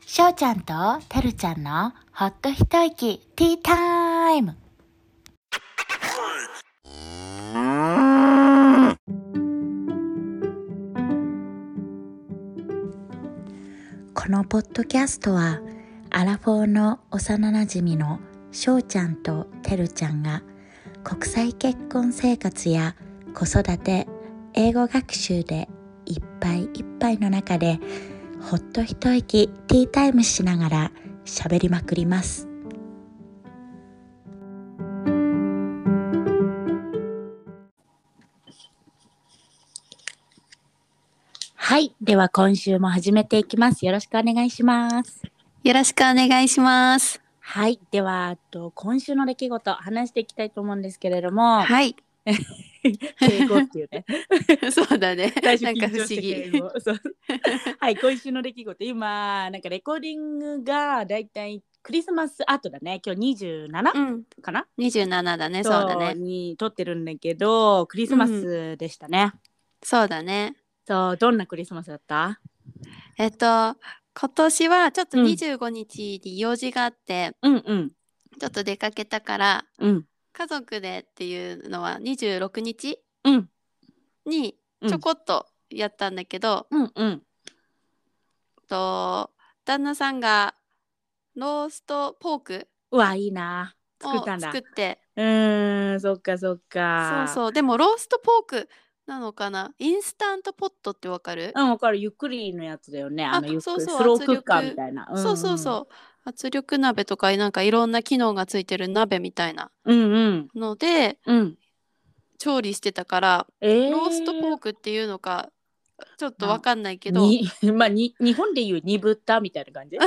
しょうちゃんとてるちゃんのほっと一息ティータイム。このポッドキャストはアラフォーの幼なじみのしょうちゃんとてるちゃんが国際結婚生活や子育て、英語学習でいっぱいいっぱいの中でほっと一息ティータイムしながら喋りまくります。はい、では今週も始めていきます。よろしくお願いします。 よろしくお願いします。 はい、では今週の出来事話していきたいと思うんですけれども、 はい。 敬語っていうねそうだね。 最初なんか緊張して敬語そうはい、今週の出来事、今なんかレコーディングがだいたいクリスマス後だね。今日 27?、かな 27だね。そうだね。 に撮ってるんだけど、クリスマスでしたね。 そうだね。 そう、どんなクリスマスだった？ 今年はちょっと25日に用事があって、ちょっと出かけたから、家族でっていうのは26日にちょこっとやったんだけど、旦那さんがローストポークいいな、作ったんだ。 作って、 そっかそっか。 そうそう。でもローストポークなのかな。インスタントポットってわかる？ わかる。ゆっくりのやつだよね。ゆっくりそうスロークッカーみたいな。 そう。圧力鍋とかなんかいろんな機能がついてる鍋みたいなので、調理してたから、ローストポークっていうのかちょっとわかんないけど、 まあ日本でいう煮豚みたいな感じ。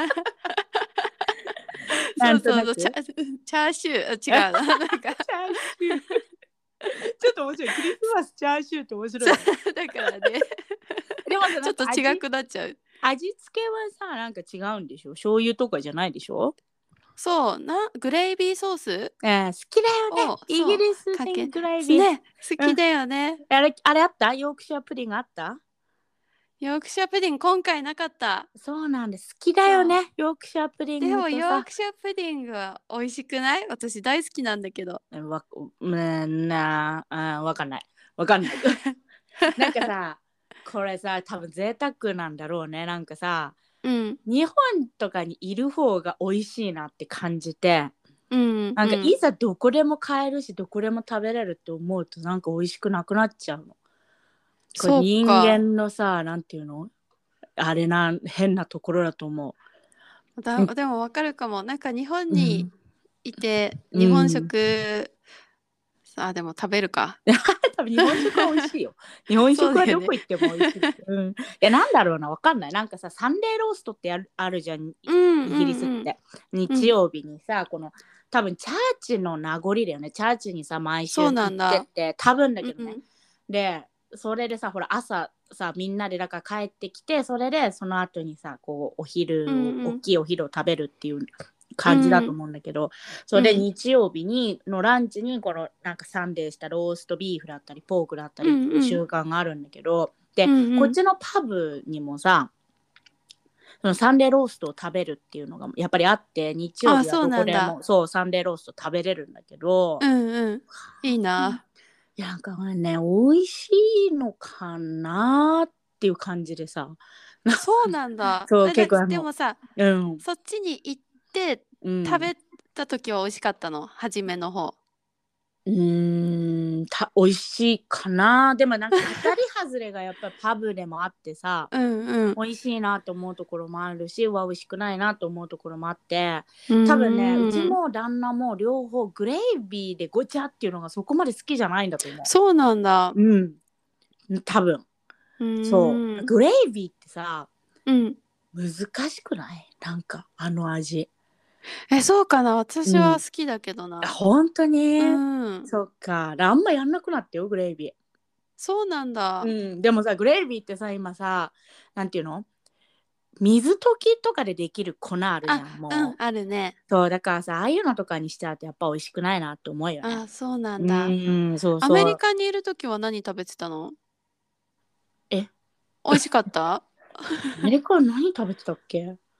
そうチャーシュー違うななんかチャーシューちょっと面白い。クリスマスチャーシューって面白い。 だからねでもちょっと違くなっちゃう。 味付けはさ、なんか違うんでしょ？醤油とかじゃないでしょ？ そうグレイビーソース、 好きだよね。イギリス人グレイビーね、好きだよね。 あれあった？ヨークシャープディングあった？ ヨークシャープディング今回なかった。 そうなんです。好きだよね、ヨークシャープディング。 でもヨークシャープディングは美味しくない？私大好きなんだけど。 わかんないなんかさ、これさ、多分贅沢なんだろうね。なんかさ、日本とかにいる方が美味しいなって感じて、なんかいざどこでも買えるしどこでも食べれるって思うとなんか美味しくなくなっちゃうの。これ人間のさ、なんていうの、あれ変なところだと思う。 でもわかるかも。なんか日本にいて、日本食、でも食べるか多分日本食は美味しいよ日本食はどこ行っても美味しい、いや、なんだろうな、わかんない。なんかさ、サンデーローストってあるじゃん、イギリスって。日曜日にさ、この多分チャーチの名残だよね。チャーチにさ毎週行ってて、多分だけどね、でそれでさ、ほら朝さみんなでだから帰ってきて、それでその後にさこうお昼、大きいお昼を食べるっていう感じだと思うんだけど、それで日曜日のランチにこのなんかサンデーしたローストビーフだったりポークだったりっていう習慣があるんだけど、で、こっちのパブにもさ、そのサンデーローストを食べるっていうのがやっぱりあって、日曜日はどこでもそうサンデーロースト食べれるんだけど、 いいな。 いや、なんかね、美味しいのかなっていう感じでさ。 そうなんだ。 そう、結構でもさ、そっちに行って食べた時は美味しかったの？初めの方。 美味しいかな。でもなんか当たり外れがやっぱりパブでもあってさ、美味しいなと思うところもあるし、美味しくないなと思うところもあって、多分ね、うちも旦那も両方グレイビーでごちゃっていうのがそこまで好きじゃないんだと思う。 そうなんだ。 多分。そう。グレイビーってさ、難しくない？なんかあの味。 そうかな。私は好きだけどな。 本当に？そっか。あんまやんなくなってよ、グレイビー。 そうなんだ。 でもさ、グレイビーってさ、今さ、なんていうの？水溶きとかでできる粉あるじゃん、もう。 あるね。 そう、だからさ、ああいうのとかにしてあってやっぱ美味しくないなって思うよね。 そうなんだ。 そうそう。 アメリカにいるときは何食べてたの？美味しかった？ アメリカは何食べてたっけ？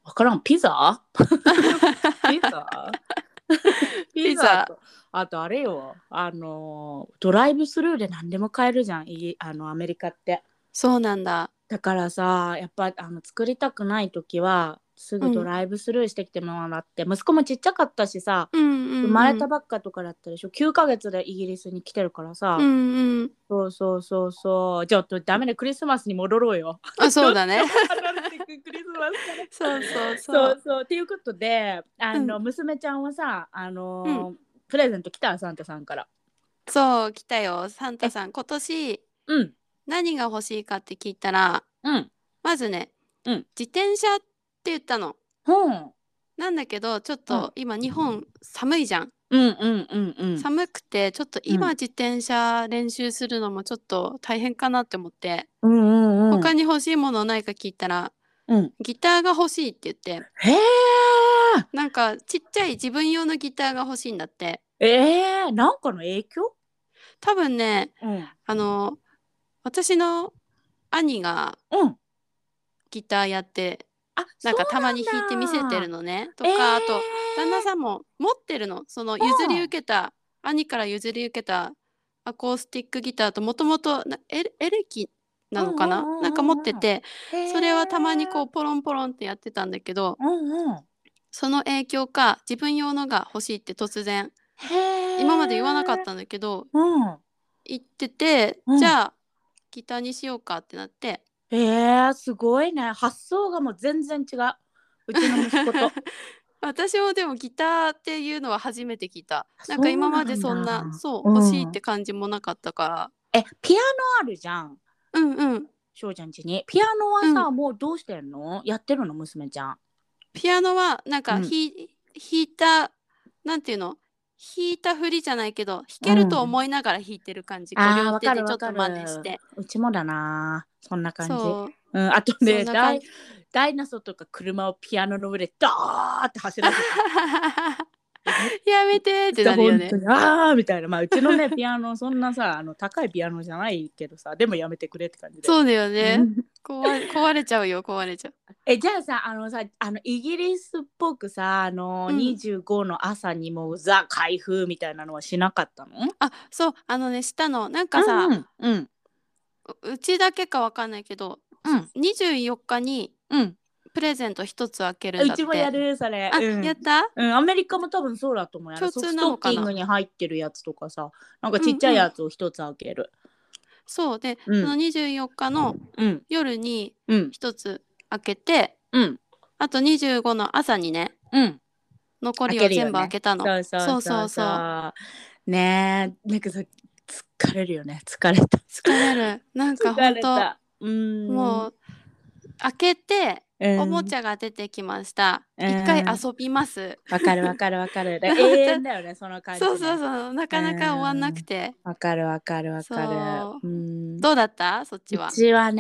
わからん、ピザピザピザと、あとあれよ、ドライブスルーで何でも買えるじゃん、アメリカって。 そうなんだ。 だからさ、やっぱ作りたくない時はすぐドライブスルーしてきてもらって、息子もちっちゃかったしさ、生まれたばっかとかだったでしょ。9ヶ月でイギリスに来てるからさ、そうそうそうそう、ちょっとダメでクリスマスに戻ろうよ。 あ、そうだね。 クリスマスからそうそうそうそうっていうことで、娘ちゃんはさ、プレゼント来た、サンタさんから。 そう来たよ、サンタさん。今年何が欲しいかって聞いたら、まずね、自転車って言ったの。なんだけどちょっと今日本寒いじゃん。寒くてちょっと今自転車練習するのもちょっと大変かなって思って、他に欲しいものないか聞いたら、ギターが欲しいって言って、なんかちっちゃい自分用のギターが欲しいんだって。 なんかの影響？ 多分ね、私の兄がギターやって、なんかたまに弾いて見せてるのね。とか、あと旦那さんも持ってるの。その譲り受けた、兄から譲り受けたアコースティックギターと、もともとエレキなのかな、なんか持ってて、それはたまにこうポロンポロンってやってたんだけど、その影響か自分用のが欲しいって突然、今まで言わなかったんだけど、言ってて、じゃあギターにしようかってなって。 すごいね。発想がもう全然違う。うちの息子と。 私もでもギターっていうのは初めて聞いた。なんか今までそんな、欲しいって感じもなかったから。 ピアノあるじゃん。翔ちゃん家に。ピアノはさ、もうどうしてんの？やってるの、娘ちゃん。 ピアノはなんか弾いた、なんていうの、弾いたふりじゃないけど、弾けると思いながら弾いてる感じ。両手でちょっと真似して。 うちもだな、そんな感じ。あとね、ダイナソーとか車をピアノの上でドーって走らせてやめてってなるよね。 みたいな。まあうちのねピアノそんなさ、高いピアノじゃないけどさ、でもやめてくれって感じで。 そうだよね。壊れちゃうよ、壊れちゃう。 じゃあさ、イギリスっぽくさ、25の朝にもうザ開封みたいなのはしなかったの？ そう、したの。なんかさ、うちだけかわかんないけど、24日にプレゼント一つ開けるんだって。 うちもやるそれ。 やった？ アメリカも多分そうだと思うよ。ソフトッキングに入ってるやつとかさ、なんかちっちゃいやつを一つ開ける。 そうで、その24日の夜に一つ開けて、あと25の朝にね、残りを全部開けたの。そうそうそう。 ねえ、なんかさ、疲れるよね。疲れた。 疲れる。なんかほんと、もう開けておもちゃが出てきました。一回遊びます。 わかる。永遠だよね、その感じ。 そう、なかなか終わんなくて。 わかる。 どうだった？そっちは。 うちは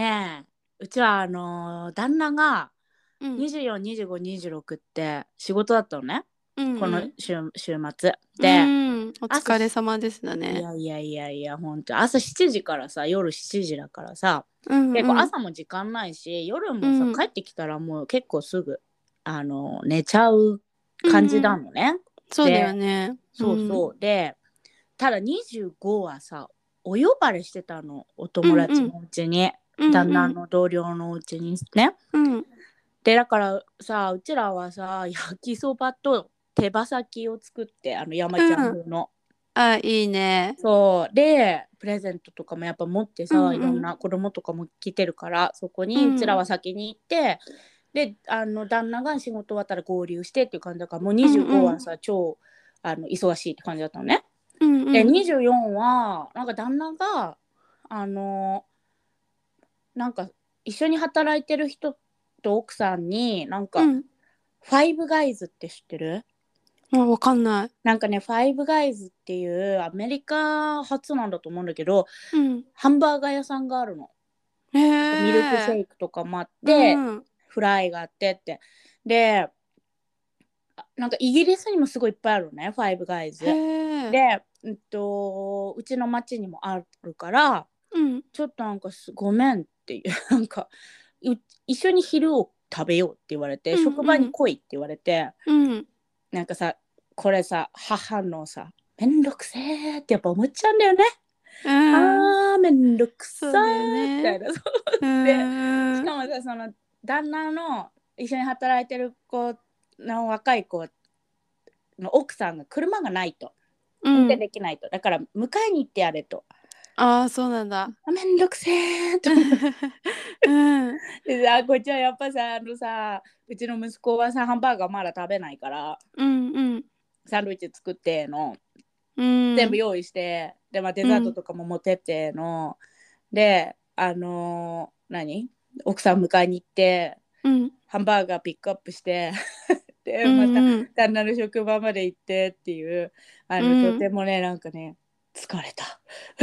旦那が24、25、26って仕事だったのね。この週末で、 お疲れ様ですだね。 いや本当朝7時からさ、夜7時だからさ、結構朝も時間ないし、夜もさ、帰ってきたらもう結構すぐ寝ちゃう感じなのね。 そうだよね。 そうで、ただ25はさ、お呼ばれしてたの、お友達のうちに、旦那の同僚のうちにね。でだからさ、うちらはさ、焼きそばと手羽先を作って、山ちゃん風の。 いいね。 そうで、プレゼントとかもやっぱ持ってさ、いろんな子供とかも来てるから、そこにうちらは先に行って、で旦那が仕事終わったら合流してっていう感じだから、もう25はさ、超忙しいって感じだったのね。で24はなんか旦那がなんか一緒に働いてる人と奥さんになんか、ファイブガイズって知ってる？ わかんない。 なんかね、ファイブガイズっていうアメリカ発なんだと思うんだけど、ハンバーガー屋さんがあるの。ミルクシェイクとかもあって、フライがあってって。で、なんかイギリスにもすごいいっぱいあるのね、ファイブガイズ。で、うちの町にもあるから、ちょっとなんかごめんっていうなんか一緒に昼を食べようって言われて、職場に来いって言われて、なんかさこれさ母のさめんどくせーってやっぱ思っちゃうんだよね。めんどくさーみたいな。でしかもさその旦那の一緒に働いてる子の若い子の奥さんが車がないと、運転できないと、だから迎えに行ってやれと。 そうなんだ。 めんどくせーとでさ、こっちはやっぱさうちの息子はさハンバーガーまだ食べないから、サンドイッチ作っての、全部用意して、で、デザートとかも持ってっての、で何奥さん迎えに行って、ハンバーガーピックアップしてでまた旦那の職場まで行ってっていう、とてもねなんかね疲れた。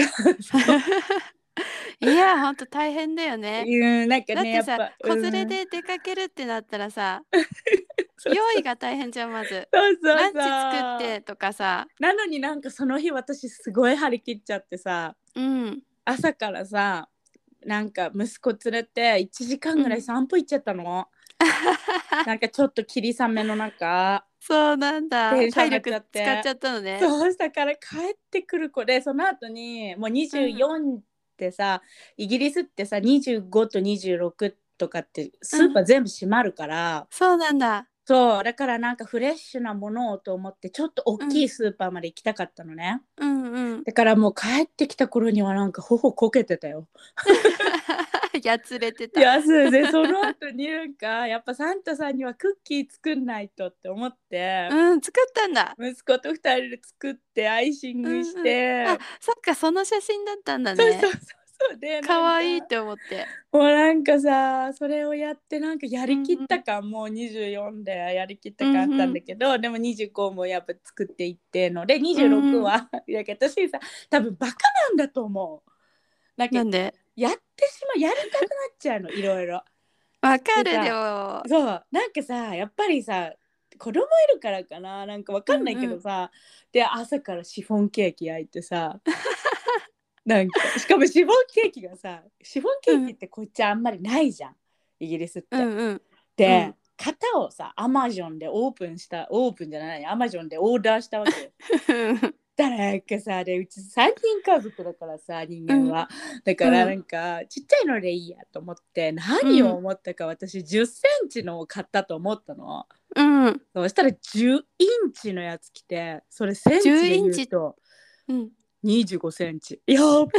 いやほんと大変だよね。 なんかね、 だってさ、子連れで出かけるってなったらさ、用意が大変じゃん。まずランチ作ってとかさ。 なのになんかその日私すごい張り切っちゃってさ、朝からさなんか息子連れて1時間ぐらい散歩行っちゃったの、なんかちょっと霧雨の中。 そうなんだ。体力使っちゃったのね。 そうしたから帰ってくる子で、その後にもう24ってさ、イギリスってさ25と26とかってスーパー全部閉まるから、 そうなんだ。 そうだからなんかフレッシュなものをと思ってちょっと大きいスーパーまで行きたかったのね、だからもう帰ってきた頃にはなんか頬こけてたよ。 やつれてた。 いやそうで、その後になんかやっぱサンタさんにはクッキー作んないとって思って、 作ったんだ。 息子と2人で作ってアイシングして、 そっかその写真だったんだね。 そうで可愛いって思って、 もうなんかさそれをやってなんかやりきった感、もう24でやりきった感あったんだけど、でも25もやっぱ作っていってので26は、やけど私さ多分バカなんだと思う。 なんでやってしまう、やりたくなっちゃうのいろいろ。 わかるよ。 そうなんかさやっぱりさ子供いるからかな、なんかわかんないけどさ、で朝からシフォンケーキ焼いてさなんかしかもシフォンケーキがさ、シフォンケーキってこっちあんまりないじゃん、イギリスって。で、型をさアマゾンでオープンじゃない、アマゾンでオーダーしたわけよ。だからなんかさ、でうち3人家族だからさ人間は、だからなんかちっちゃいのでいいやと思って、何を思ったか、私10センチのを買ったと思ったの。そしたら10インチのやつ来て、それセンチで言うと25センチ。やば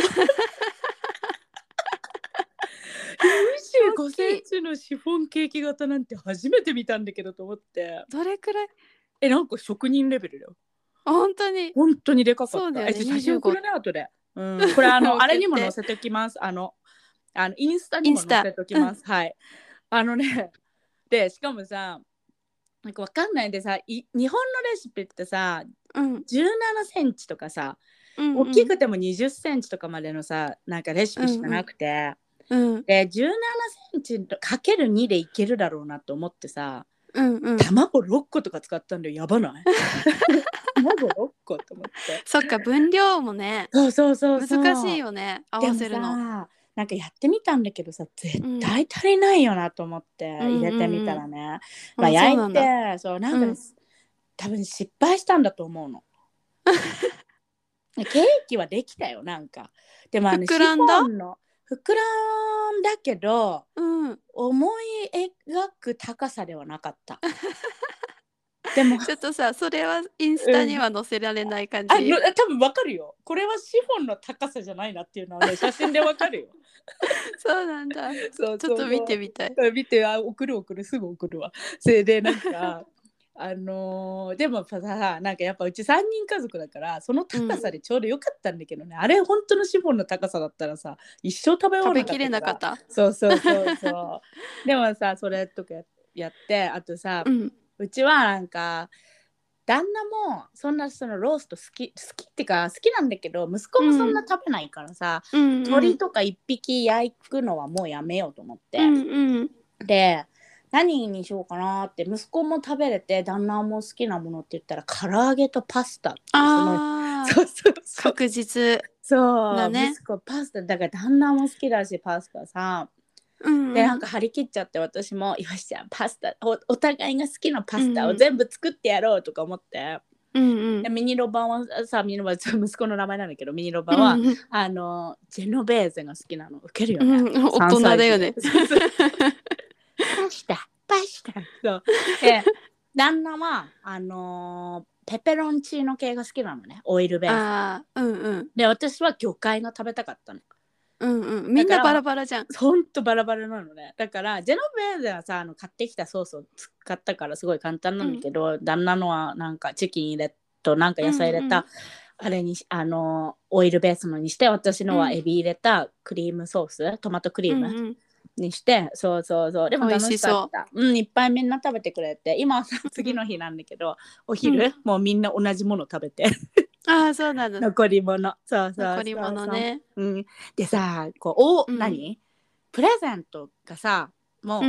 25センチのシフォンケーキ型なんて初めて見たんだけどと思って。 どれくらい？ なんか職人レベルだよ。 本当にでかかった。 そうだよね、 写真送るね後で。これあれにも載せておきます。インスタにも載せておきます。はい。でしかもさ、なんかわかんないでさ、日本のレシピってさ、17センチとかさ、大きくても20センチとかまでのさ、なんかレシピしかなくて、で17センチかける2でいけるだろうなと思ってさ、卵6個とか使ったんだよ。やばない？卵6個と思って。 そっか、分量もね。そう難しいよね、合わせるの。 なんかやってみたんだけどさ、絶対足りないよなと思って入れてみたらね、焼いて、そうなんか、多分失敗したんだと思うの。ケーキはできたよ、なんか。でも膨らんだ？ シフォンの膨らんだけど、思い描く高さではなかった。でもちょっとさ、それはインスタには載せられない感じ。 多分わかるよ。これはシフォンの高さじゃないなっていうのはね、写真でわかるよ。 そうなんだ。ちょっと見てみたい。 見て、送るすぐ送るわ。それでなんかでもさ、なんかやっぱうち3人家族だからその高さでちょうどよかったんだけどね、あれ本当のシフォンの高さだったらさ一生食べ終わらなかったから。食べきれなかった。そうでもさそれとかやって、あとさ、うちはなんか旦那もそんなそのロースト好きってか好きなんだけど、息子もそんな食べないからさ、鶏とか1匹焼くのはもうやめようと思って、で何にしようかなって、息子も食べれて旦那も好きなものって言ったら唐揚げとパスタって、そう確実そう、息子パスタだから旦那も好きだしパスタさ、 でなんか張り切っちゃって、私もよしじゃあパスタ お互いが好きなパスタを全部作ってやろうとか思って、でミニロバはさ、ミニロバ息子の名前なんだけど、ミニロバは、ジェノベーゼが好きなの。ウケるよね、 大人だよね。 パスタそうで旦那はペペロンチーノ系が好きなのね、オイルベース。で私は魚介が食べたかったの。 みんなバラバラじゃん。 ほんとバラバラなのね。だからジェノベーゼはさ買ってきたソースを使ったからすごい簡単なんだけど、旦那のはなんかチキン入れとなんか野菜入れた、あれにオイルベースのにして、私のはエビ入れたクリームソース、トマトクリームにして、そうでも楽しかった。いっぱいみんな食べてくれて、今は次の日なんだけど、お昼、もうみんな同じもの食べてそうなんだ。 残り物。 残り物ね。 でさ何プレゼントがさもう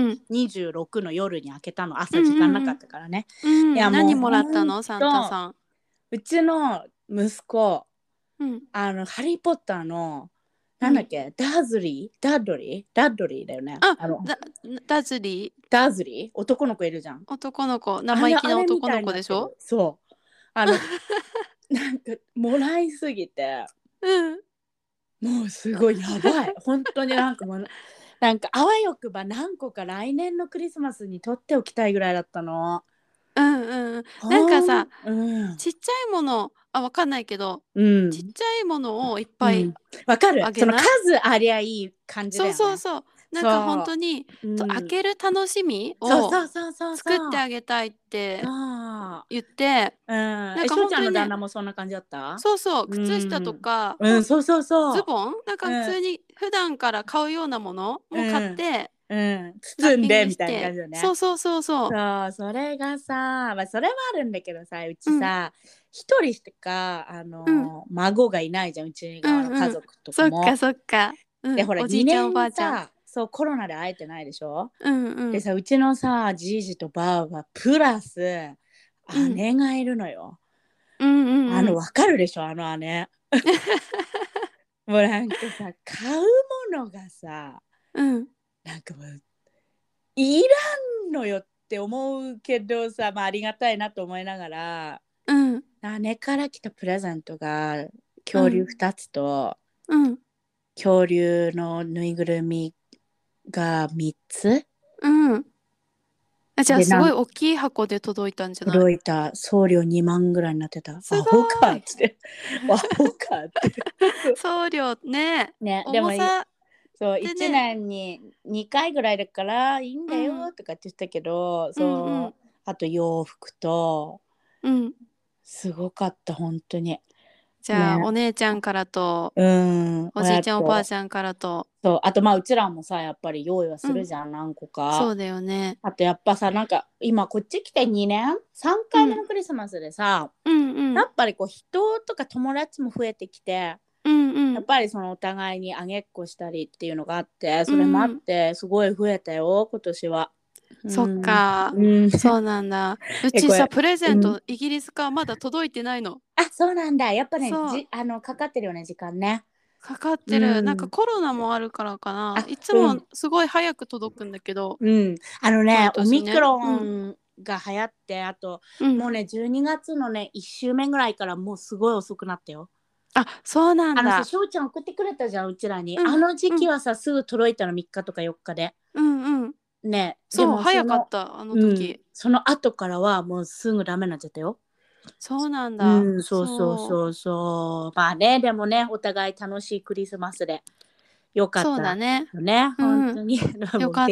26の夜に開けたの、朝時間なかったからね。 いや何もらったのサンタさん。 うちの息子、ハリーポッターのなんだっけ、ダドリーだよね。 ダズリー男の子いるじゃん。 男の子、生意気な男の子でしょ。 そうなんかもらいすぎて、もうすごいやばい本当になんかもうなんかあわよくば何個か来年のクリスマスに取っておきたいぐらいだったの。 なんかさ、ちっちゃいものわかんないけど、ちっちゃいものをいっぱいわかる、その数ありゃいい感じだよね。 そうなんか本当に開ける楽しみを作ってあげたいって言って、 なんか本当にの旦那もそんな感じだった。 そう靴下とかそうズボンなんか普通に普段から買うようなものを買って包んでみたいな感じだね。 そうそれがさ、それはあるんだけどさ、うちさ一人しか孫がいないじゃん、うち側の家族とかも。 そっかでほらおじいちゃんおばあちゃんそうコロナで会えてないでしょ。でさ、うちのさじいじとばあばプラス姉がいるのよ。わかるでしょ、姉もうなんかさ買うものがさ、なんかもういらんのよって思うけどさ、ありがたいなと思いながら、姉から来たプレゼントが恐竜2つと、恐竜のぬいぐるみが3つ。 じゃあすごい大きい箱で届いたんじゃない？ 届いた。送料2万ぐらいになってた。アホかってアホかって送料ねでもそう1年に2回ぐらいだからいいんだよとかって言ったけど、あと洋服と、すごかった本当に。 じゃあお姉ちゃんからと、おじいちゃんおばあちゃんからと、 あとうちらもさやっぱり用意はするじゃん、何個か。 そうだよね。 あとやっぱさ、なんか今こっち来て2年3回目のクリスマスでさ、やっぱり人とか友達も増えてきて、やっぱりそのお互いにあげっこしたりっていうのがあって、それもあってすごい増えたよ今年は。 そっか、そうなんだ。うちさプレゼント、イギリスからまだ届いてないの。 そうなんだ。やっぱねかかってるよね時間ね。 かかってる、なんかコロナもあるからかな。いつもすごい早く届くんだけど、 オミクロンが流行って、あと、もうね12月のね1週目ぐらいからもうすごい遅くなったよ。 そうなんだ。 しょうちゃん送ってくれたじゃんうちらに、時期はさすぐ届いたの3日とか4日で。ね、 そう早かったあの時、 その後からはもうすぐダメになっちゃったよ。 そうなんだ。 そうでもねお互い楽しいクリスマスでよかったよね。 そうだね、 本当によかった。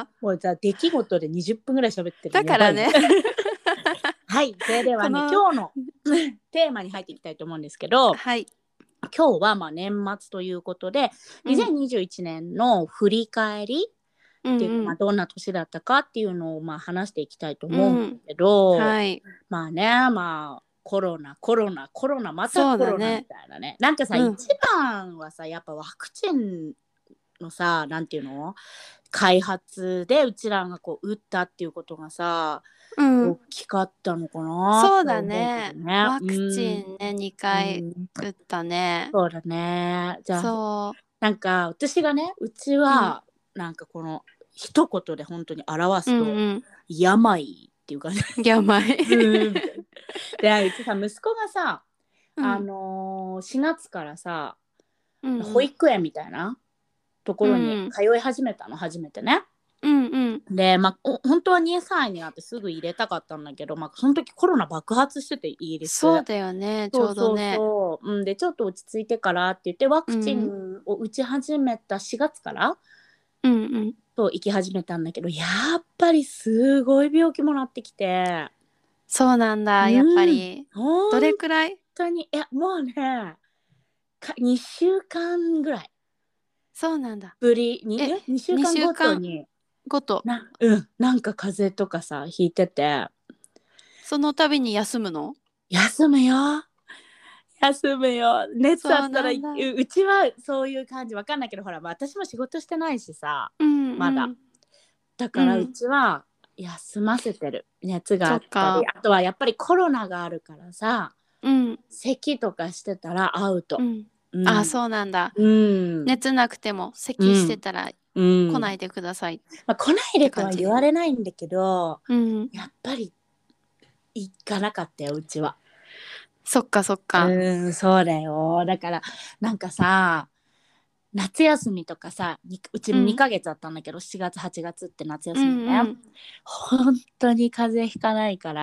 もう出来事で20分ぐらい喋ってる。 だからねはい、それではね今日のテーマに入っていきたいと思うんですけど、今日は年末ということで、2021年の振り返りっていうか、どんな年だったかっていうのを話していきたいと思うんだけど、コロナまたコロナみたいなね。なんかさ、一番はさやっぱワクチンのさなんていうの開発でうちらが打ったっていうことがさ、大きかったのかな。 そうだね。ワクチンね2回打ったね。 そうだね。じゃあなんか私がねうちは、 なんかこの一言で本当に表すと、病っていう感じ。 病。 でうちさ息子がさ、4月からさ、保育園みたいなところに通い始めたの、初めてね。で、本当は2歳になってすぐ入れたかったんだけど、その時コロナ爆発しててイギリス。 そうだよね、ちょうどね。 でちょっと落ち着いてからって言ってワクチンを打ち始めた4月から、と行き始めたんだけど、やっぱりすごい病気もなってきて。 そうなんだ、やっぱり。どれくらい？ 本当にもうね2週間ぐらい。 そうなんだ。 2週間ごとになんか風邪とかさひいてて。 その度に休むの？ 休むよ。熱あったらうちはそういう感じわかんないけど、ほら私も仕事してないしさ、まだだからうちは休ませてる。熱があったり、あとはやっぱりコロナがあるからさ、咳とかしてたらアウト。 あ、そうなんだ。熱なくても咳してたら来ないでください。 来ないでとは言われないんだけど、やっぱり行かなかったようちは。 そっか。そうだよ。だからなんかさ、夏休みとかさ、うち2ヶ月あったんだけど、7月8月って夏休みね、本当に風邪ひかないから、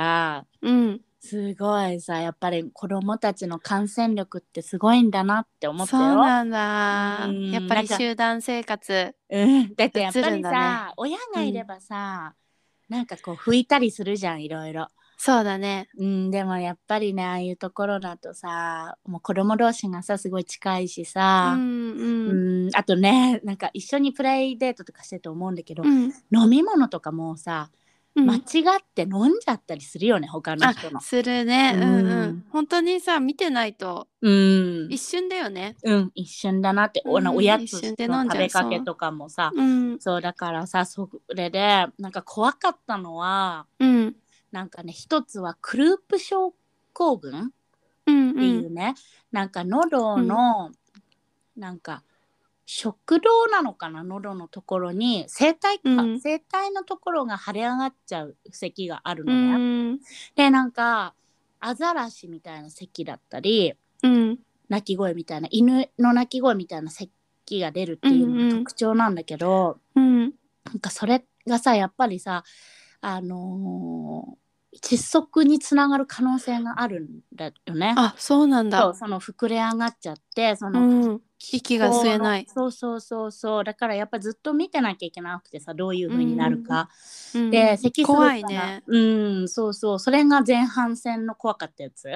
すごいさ、やっぱり子供たちの感染力ってすごいんだなって思ったよ。 そうなんだ。やっぱり集団生活。 だってやっぱりさ、親がいればさ、なんかこう拭いたりするじゃん、いろいろ。 そうだね。 でもやっぱりね、ああいうところだとさ、もう子供同士がさすごい近いしさ、あとね、なんか一緒にプライデートとかしてると思うんだけど、飲み物とかもさ、間違って飲んじゃったりするよね、他の人の。 するね。本当にさ見てないと、一瞬だよね。 一瞬だなって、おやつの食べかけとかもさ、そうだからさ、それでなんか怖かったのは、なんかね、一つはクループ症候群っていうね、なんか喉の、なんか食道なのかな、喉のところに声帯のところが腫れ上がっちゃう咳があるのね。でなんかアザラシみたいな咳だったり、鳴き声みたいな、犬の鳴き声みたいな咳が出るっていうのが特徴なんだけど、なんかそれがさやっぱりさ、窒息につながる可能性があるんだよね。 あ、そうなんだ。 その膨れ上がっちゃって、その、 息が吸えない。 そうだからやっぱずっと見てなきゃいけなくてさ、どういう風になるか、で咳するから怖いね。 それが前半戦の怖かったやつ。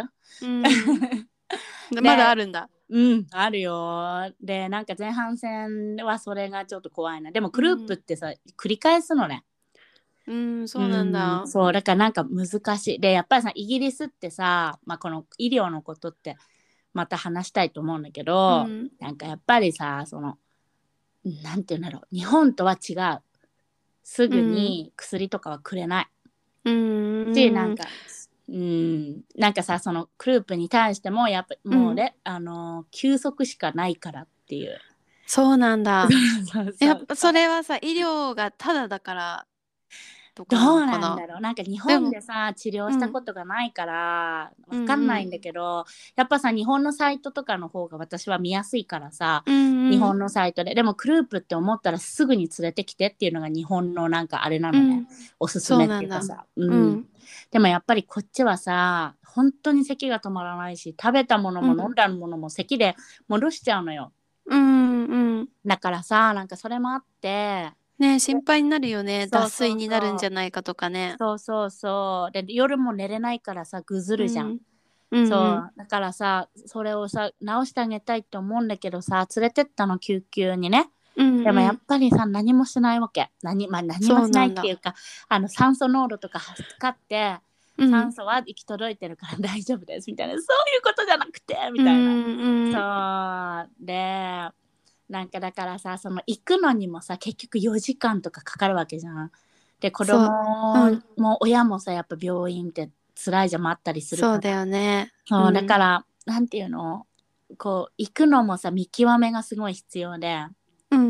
まだあるんだ。 あるよ。でなんか前半戦はそれがちょっと怖いな。でもクループってさ、繰り返すのね。 そうなんだ。 そうだからなんか難しい。でやっぱりさ、イギリスってさ、この医療のことってまた話したいと思うんだけど、なんかやっぱりさ、そのなんていうんだろう、日本とは違う。すぐに薬とかはくれない。し、なんかさ、そのクループに対してもやっぱもうね、休息しかないからっていう。 そうなんだ。やっぱそれはさ、医療がタダだからどうなんだろう。なんか日本でさ治療したことがないからわかんないんだけど、やっぱさ日本のサイトとかの方が私は見やすいからさ、日本のサイトでもクループって思ったらすぐに連れてきてっていうのが日本のなんかあれなのね、おすすめっていうかさ。でもやっぱりこっちはさ本当に咳が止まらないし、食べたものも飲んだものも咳で戻しちゃうのよ。だからさ、なんかそれもあってね、心配になるよね。脱水になるんじゃないかとかね。 そうで夜も寝れないからさぐずるじゃん。そうだからさ、それをさ直してあげたいって思うんだけどさ、連れてったの救急にね。でもやっぱりさ何もしないわけ。何もしないっていうか、酸素濃度とか測って酸素は行き届いてるから大丈夫ですみたいな、そういうことじゃなくてみたいな。そうでなんかだからさ、その行くのにもさ結局4時間とかかかるわけじゃん。で子供も親もさやっぱ病院って辛いじゃん、待ったりするから。 そうだよね。 そうだからなんていうの、こう行くのもさ見極めがすごい必要で、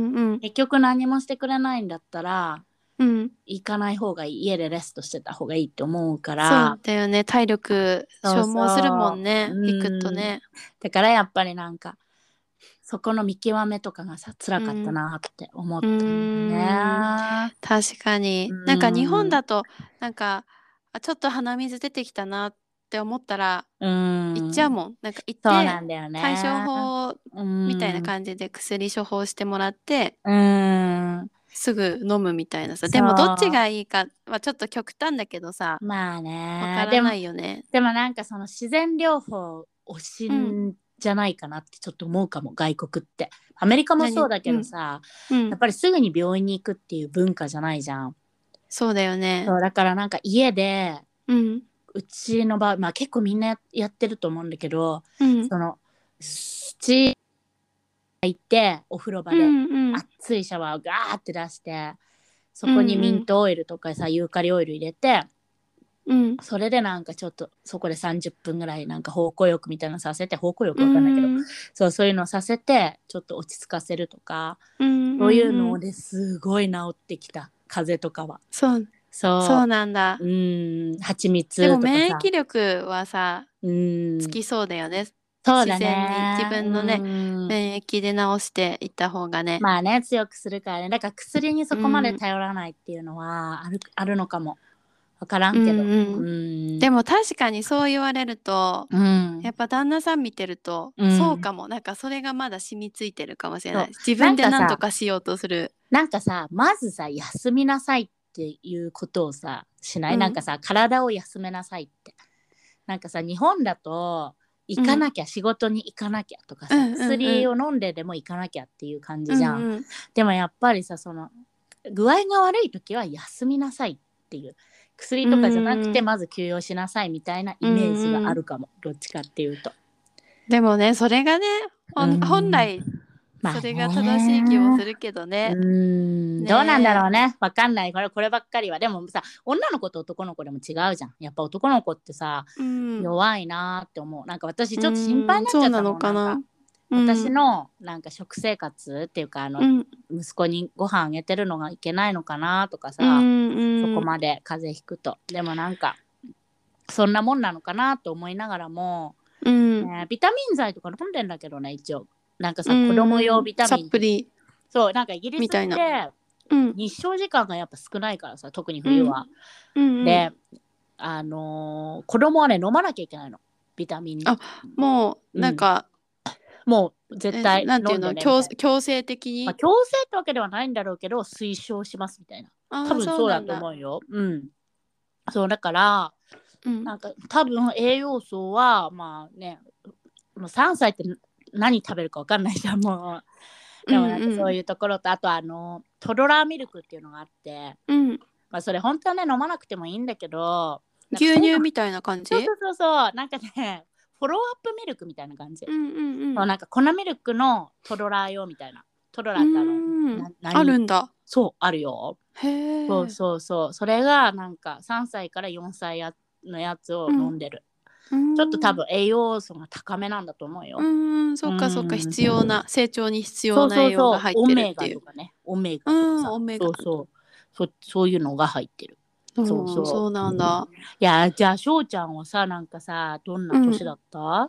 結局何もしてくれないんだったら、 うん、 行かない方がいい、家でレストしてた方がいいって思うかそうら。 だよね。体力消耗するもんね。 そうそう行くとね。 だからやっぱりなんかそこの見極めとかがさ辛かったなって思ったんだよね。 確かに。なんか日本だとなんかちょっと鼻水出てきたなって思ったら行っちゃうもん。なんか行そうってなんだよね。 対処法みたいな感じで薬処方してもらってすぐ飲むみたいなさ。でもどっちがいいかはちょっと極端だけどさ、 まあね、 わからないよね。 でもなんかその自然療法推しんじゃないかなってちょっと思うかも、外国って。アメリカもそうだけどさ、やっぱりすぐに病院に行くっていう文化じゃないじゃん。 そうだよね。 そうだからなんか家で、うちの場合、まあ結構みんなやってると思うんだけど、その土入ってお風呂場で熱いシャワーをガーって出して、そこにミントオイルとかさ、ユーカリオイル入れて、それでなんかちょっとそこで30分ぐらいなんか方向浴みたいなのさせて、方向浴わかんないけど、そういうのさせてちょっと落ち着かせるとか、そういうのですごい治ってきた、風邪とかは。 そうなんだ。 蜂蜜でとかさ。 も免疫力はさ、つきそうだよね。 そうだね。 自然に自分のね、免疫で治していった方がね。 まあね、強くするからね。だから薬にそこまで頼らないっていうのはあるのかも。わからんけど。 でも確かにそう言われると、やっぱ旦那さん見てると、そうかも。なんかそれがまだ染みついてるかもしれない。自分で何とかしようとする。 なんかさ、まずさ、休みなさいっていうことをさ、しない？なんかさ、体を休めなさいって。なんかさ、日本だと、行かなきゃ、仕事に行かなきゃとかさ、薬を飲んででも行かなきゃっていう感じじゃん。でもやっぱりさ、その具合が悪い時は休みなさいっていう、薬とかじゃなくてまず休養しなさいみたいなイメージがあるかも、どっちかっていうと。 でもね、それがね、本来それが正しい気もするけどね。 どうなんだろうね。わかんない。こればっかりは。でもさ、女の子と男の子でも違うじゃん。やっぱ男の子ってさ、弱いなって思う。なんか私ちょっと心配になっちゃったのかな。私のなんか食生活っていうか息子にご飯あげてるのがいけないのかなとかさ、そこまで風邪ひくと。でもなんかそんなもんなのかなと思いながらも、ビタミン剤とか飲んでんだけどね、一応。なんかさ、子供用ビタミン。 サプリ。 そう、なんかイギリスって日照時間がやっぱ少ないからさ、特に冬は。で、子供はね、飲まなきゃいけないの、ビタミン。 もうなんか、 もう絶対なんていうの、強制的に、 強制ってわけではないんだろうけど、推奨しますみたいな。多分そうだと思うよ。そうだから、なんか多分栄養素はまあね、もう3歳って何食べるか分かんないじゃん、もう。でもなんかそういうところと、あとトロラーミルクっていうのがあって、まあそれ本当はね飲まなくてもいいんだけど、 牛乳みたいな感じ？ そうなんかね、フォローアップミルクみたいな感じ。なんか粉ミルクのトロラー用みたいな。トロラーってあるんだ。 そうあるよ。 へえ。 そうそれがなんか3歳から4歳のやつを飲んでる。ちょっと多分栄養素が高めなんだと思うよ。 そっか必要な、成長に必要な栄養が入ってるっていう。 オメガとかね、オメガとかさ、そういうのが入ってる。 そうなんだ。 いや、じゃあ翔ちゃんはさ、なんかさ、どんな年だった？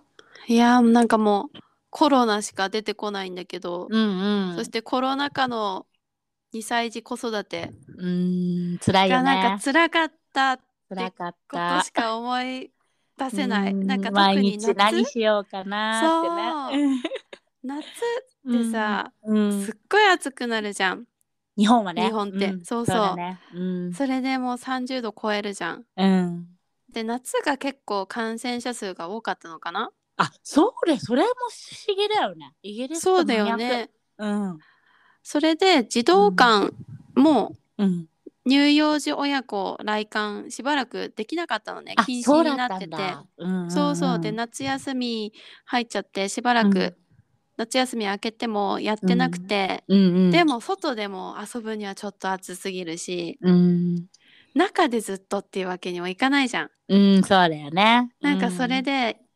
いや、なんかもうコロナしか出てこないんだけど、そしてコロナ禍の2歳児子育て辛いよね。 なんか辛かったってことしか思い出せない。なんか特に夏、 毎日何しようかなってね。 夏ってさ、すっごい暑くなるじゃん。 日本はね。 日本って、そう。それでもう30度超えるじゃん。で、夏が結構感染者数が多かったのかな。 それも不思議だよね。イギリスそうだよね。それで児童館も乳幼児親子来館しばらくできなかったのね。禁止になってて。そうで、夏休み入っちゃってしばらく、夏休み明けてもやってなくて、でも外でも遊ぶにはちょっと暑すぎるし、中でずっとっていうわけにはいかないじゃん。 そうだよね。 なんかそれで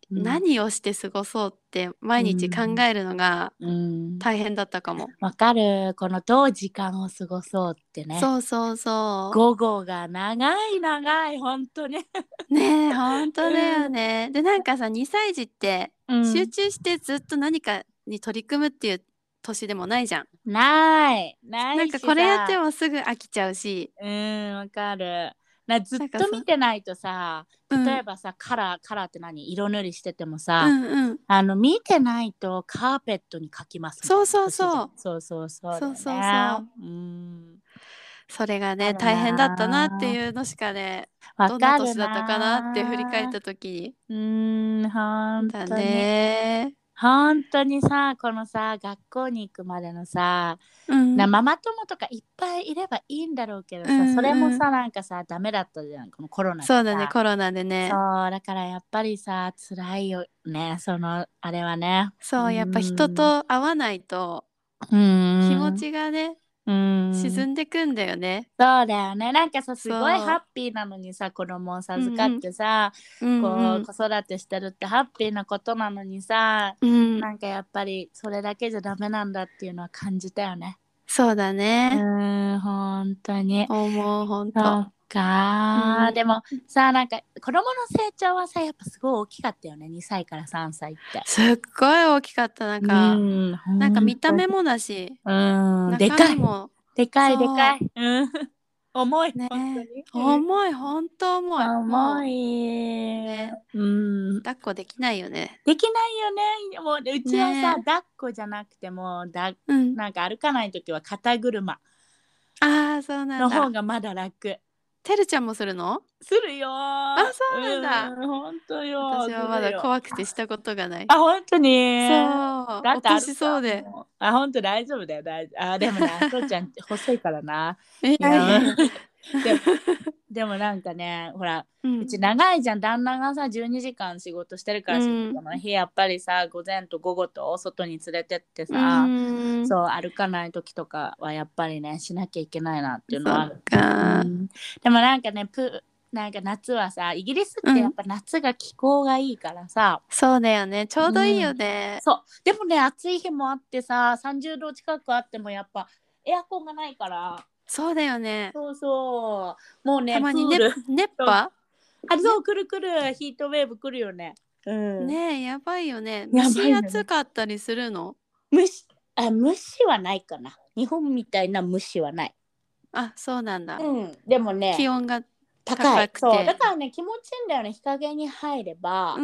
何をして過ごそうって毎日考えるのが大変だったかも。 わかる。このどう時間を過ごそうってね。 そうそうそう。 午後が長い長い本当に。 ねえ本当だよね。でなんかさ2歳児って集中してずっと何かに取り組むっていう年でもないじゃん。 ないなんかこれやってもすぐ飽きちゃうし。 わかる。ずっと見てないとさ、例えばさ、カラーって何、色塗りしててもさ、見てないとカーペットに描きます。 そうそうそう。 そうそうそう。 そうそうそう。それがね大変だったなっていうのしかね、どんな年だったかなって振り返った時に。 本当に。本当にさ、このさ、学校に行くまでのさ、ママ友とかいっぱいいればいいんだろうけどさ、それもさ、なんかさ、ダメだったじゃん、このコロナでさ。 そうだね、コロナでね。 そう、だからやっぱりさ、辛いよね、あれはね。 そう、やっぱ人と会わないと、気持ちがね、沈んでくんだよね。 そうだよね。なんかさ、すごいハッピーなのにさ、子供を授かってさ、こう、子育てしてるってハッピーなことなのにさ、なんかやっぱりそれだけじゃダメなんだっていうのは感じたよね。 そうだね。 本当に。 思う、本当。 そっか、でもさ、なんか子供の成長はさ、やっぱすごい大きかったよね、2歳から3歳って。 すっごい大きかった。なんか見た目もだし、 でかい。 もでかい。重い、 ね、 本当に。 重い、本当重い。 重い。 ね、抱っこできないよね。 できないよね。もううちはさ、抱っこじゃなくてもなんか歩かないときは肩車。 ああ、そうなんだ。 の方がまだ楽。 てるちゃんもするの？ するよ。 あ、そうなんだ。 本当よ。 私はまだ怖くてしたことがない。 あ、本当に。 そう。落としそうで。 あ、本当大丈夫だよ。あ、でもね、そうちゃん細いからな。 いやでもなんかね、ほら、うち長いじゃん。旦那がさ、12時間仕事してるから、その日やっぱりさ、午前と午後と外に連れてってさ、そう歩かない時とかはやっぱりねしなきゃいけないなっていうのはある。でもなんかね、なんか夏はさ、イギリスってやっぱ夏が気候がいいからさ、 そうだよね、ちょうどいいよね。 そうでもね、暑い日もあってさ、30度近くあってもやっぱエアコンがないから。 そうだよね。 そうそう、もうね、 たまに熱波そう、来るヒートウェーブ来るよね。 ねえ、やばいよね。蒸し暑かったりするの？ 虫はないかな。日本みたいな虫はない。 あ、そうなんだ。 でもね、 気温が高い。そうだからね、気持ちいいんだよね。日陰に入れば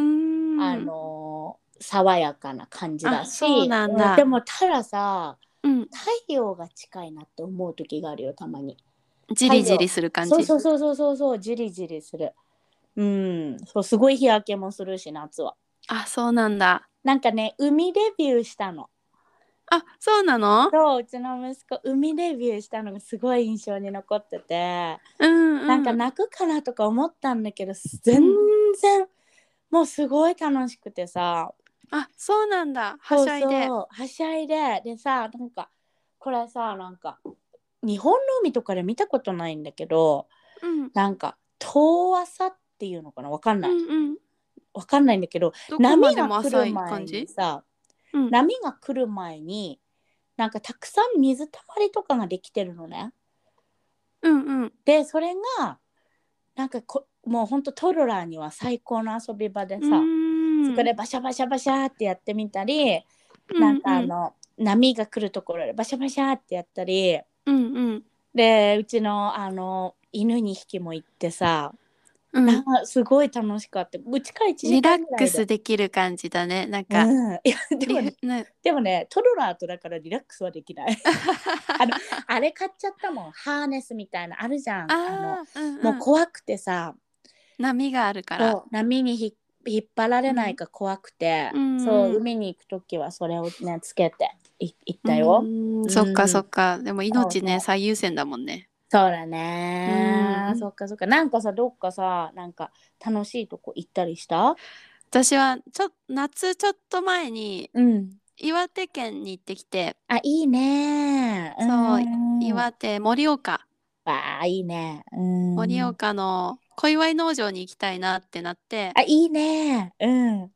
爽やかな感じだし。 そうなんだ。 でもたださ、太陽が近いなって思う時があるよ、たまに。 ジリジリする感じ。 そう、ジリジリする。そう、すごい日焼けもするし、夏は。 あ、そうなんだ。 なんかね、海デビューしたの。 あ、そうなの？ そう、うちの息子海デビューしたのがすごい印象に残ってて、なんか泣くかなとか思ったんだけど、全然もうすごい楽しくてさ。 あ、そうなんだ。はしゃいで。 はしゃいで。でさ、なんかこれさ、なんか日本の海とかで見たことないんだけど、なんか遠浅っていうのかな、わかんない、わかんないんだけど、波が来る前にさ、波が来る前になんかたくさん水たまりとかができてるのね。でそれがなんかもうほんとトロラーには最高の遊び場でさ、そこでバシャバシャバシャってやってみたり、なんか波が来るところでバシャバシャってやったり、でうちの犬2匹も行ってさ、すごい楽しかった。うちから1時間ぐらいでリラックスできる感じだね。なんか、 いやでもね、トロラーとだからリラックスはできないあれ買っちゃったもん。ハーネスみたいなあるじゃん。もう怖くてさ、 波があるから。 波に引っ張られないか怖くて、そう海に行くときはそれをねつけて行ったよ。 そっかそっか。でも命ね、最優先だもんね。 そうだね。そっかそっか。なんかさ、どっかさ、なんか楽しいとこ行ったりした？ 私は夏ちょっと前に岩手県に行ってきて。 あ、いいね。 そう、岩手盛岡。 あ、いいね。 盛岡の小祝農場に行きたいなってなって。 あ、いいね。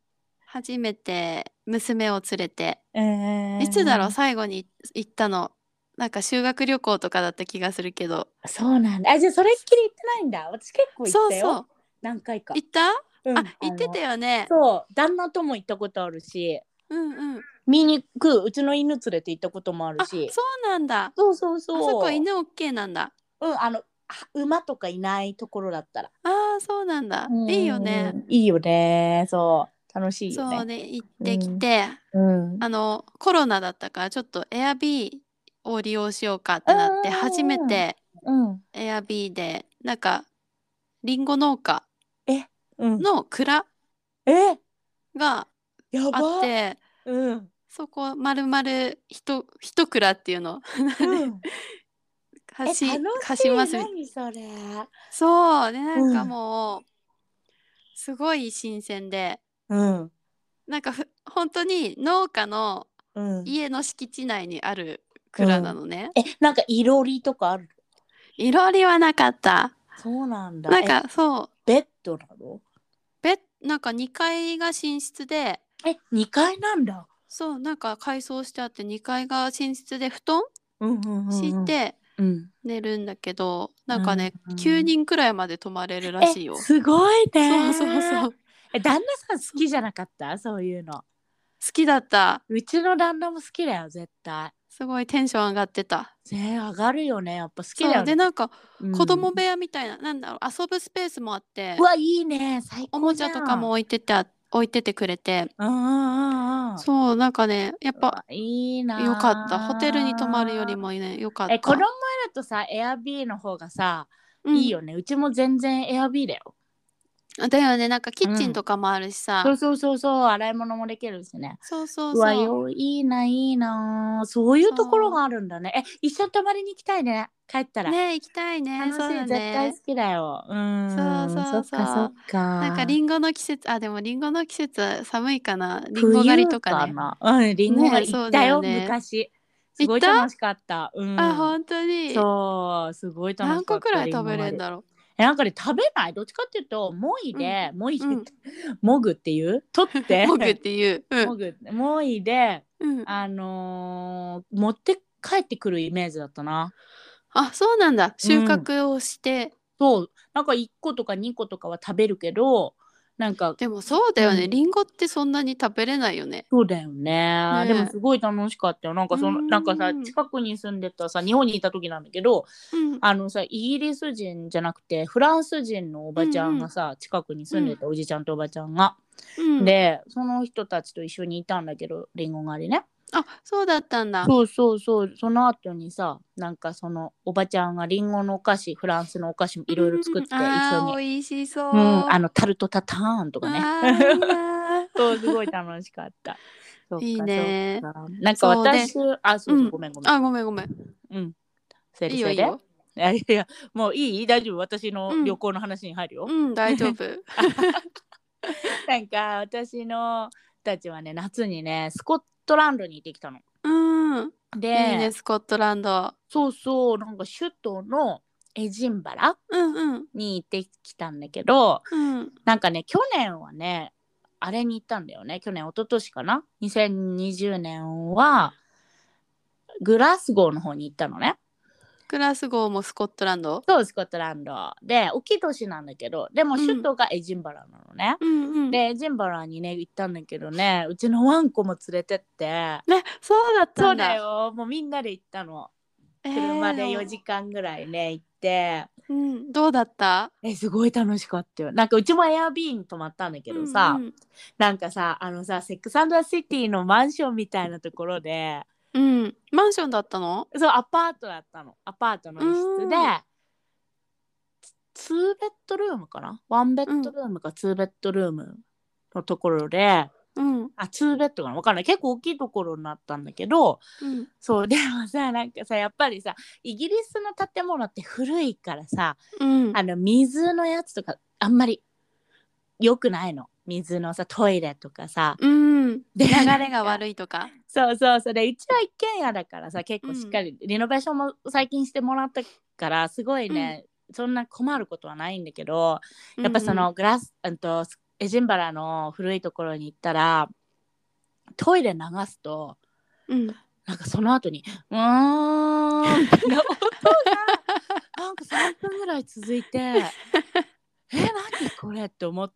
初めて娘を連れて、いつだろう最後に行ったの。なんか修学旅行とかだった気がするけど。 そうなんだ。じゃあそれっきり行ってないんだ。私結構行ったよ。 そうそう。 何回か。 行った？行ってたよね。 そう、旦那とも行ったことあるし、見に行く、うちの犬連れて行ったこともあるし。 そうなんだ。 そうそうそう。 あそこ犬 OK なんだ。 馬とかいないところだったら。 そうなんだ。いいよね。 いいよね。そう。楽しいよね。 そうね、行ってきて、コロナだったからちょっとエアビーを利用しようかってなって、初めてエアビーでなんかリンゴ農家の蔵があって、そこ丸々一蔵っていうの貸します。 何それ。 そうで、なんかもうすごい新鮮で、なんか本当に農家の家の敷地内にある蔵なのね。 なんかいろりとかある？ いろりはなかった。 そうなんだ。 なんかそうベッドなの？ なんか2階が寝室で。 2階なんだ。 そう、なんか改装してあって2階が寝室で布団敷いて寝るんだけど、なんかね、9人くらいまで泊まれるらしいよ。 すごいね。 そうそうそう。 旦那さん好きじゃなかった？そういうの。 好きだった。 うちの旦那も好きだよ、絶対。 すごいテンション上がってた。 上がるよね、やっぱ好きだよね。 そうで、なんか子供部屋みたいな、なんだろう、遊ぶスペースもあって、 うわ、いいね、最高じゃん。 おもちゃとかも置いててくれて、そう、なんかね、やっぱいいな。 よかった。ホテルに泊まるよりもね、よかった。 子供いるとさ、エアビーの方がさ、いいよね。うちも全然エアビーだよ。 だよね、なんかキッチンとかもあるしさ。 そう、洗い物もできるしね。 そう。 うわよ、いいな。そういうところがあるんだね。一緒に泊まりに行きたいね。帰ったら。 ね、行きたいね。 楽しい、 そうだね。 絶対好きだよ。 そう。 そっか。 なんかリンゴの季節、でもリンゴの季節寒いかな。リンゴ狩りとかね。 リンゴ狩り行ったよ、昔。すごい楽しかった。 本当に。 そう、すごい楽しかった。 何個くらい食べれるんだろう。 なんかね、食べない、どっちかっていうともいで、もぐっていう取ってもぐっていうもいで、持って帰ってくるイメージだったな。 そうなんだ。収穫をして、 そうなんか1個とか2個とかは食べるけど、なんかでもそうだよね、リンゴってそんなに食べれないよね。 そうだよね。でもすごい楽しかったよ。なんかさ、近くに住んでたさ、日本にいた時なんだけど、イギリス人じゃなくてフランス人のおばちゃんがさ、近くに住んでたおじちゃんとおばちゃんが、でその人たちと一緒にいたんだけど、リンゴ狩りね。 そうだったんだ。 そう。その後にさ、なんかそのおばちゃんがリンゴのお菓子、フランスのお菓子もいろいろ作って一緒に、 美味しそう。 タルトタターンとかね。そうすごい楽しかった。 いいね。 なんか私、ごめん。 ごめん。 いいよ。 いや、もういい？大丈夫？私の旅行の話に入るよ。 大丈夫。 なんか私のたちはね、夏にね、スコットランドに行ってきたの。 で、いいね、スコットランド。 そう、なんか首都のエジンバラに行ってきたんだけど、なんかね、去年はね、あれに行ったんだよね。去年、一昨年かな、2020年はグラスゴーの方に行ったのね。 グラスゴーもスコットランド？ そう、スコットランドで大きい都市なんだけど、でも首都がエジンバラなのね。でエジンバラにね行ったんだけどね、うちのワンコも連れてってね。 そうだったんだ。 そうだよ、もうみんなで行ったの。車で4時間ぐらいね行って、 どうだった？ すごい楽しかったよ。なんかうちもエアビーに泊まったんだけどさ、なんかさ、セックス&ザシティのマンションみたいなところで、 マンションだったの？ そう、アパートだったの。アパートの一室で、2ベッドルームかな、1ベッドルームか2ベッドルームのところで、2ベッドかな、分かんない、結構大きいところになったんだけど、そうでもさ、なんかさ、やっぱりさ、イギリスの建物って古いからさ、水のやつとかあんまり良くないの。水のさ、トイレとかさ、 流れが悪いとか。 そうで、うちは一軒家だからさ、結構しっかりリノベーションも最近してもらったから、すごいね、そんな困ることはないんだけど、やっぱそのエジンバラの古いところに行ったらトイレ流すと、なんかその後にみたいな音がなんか3分ぐらい続いて何これって思って、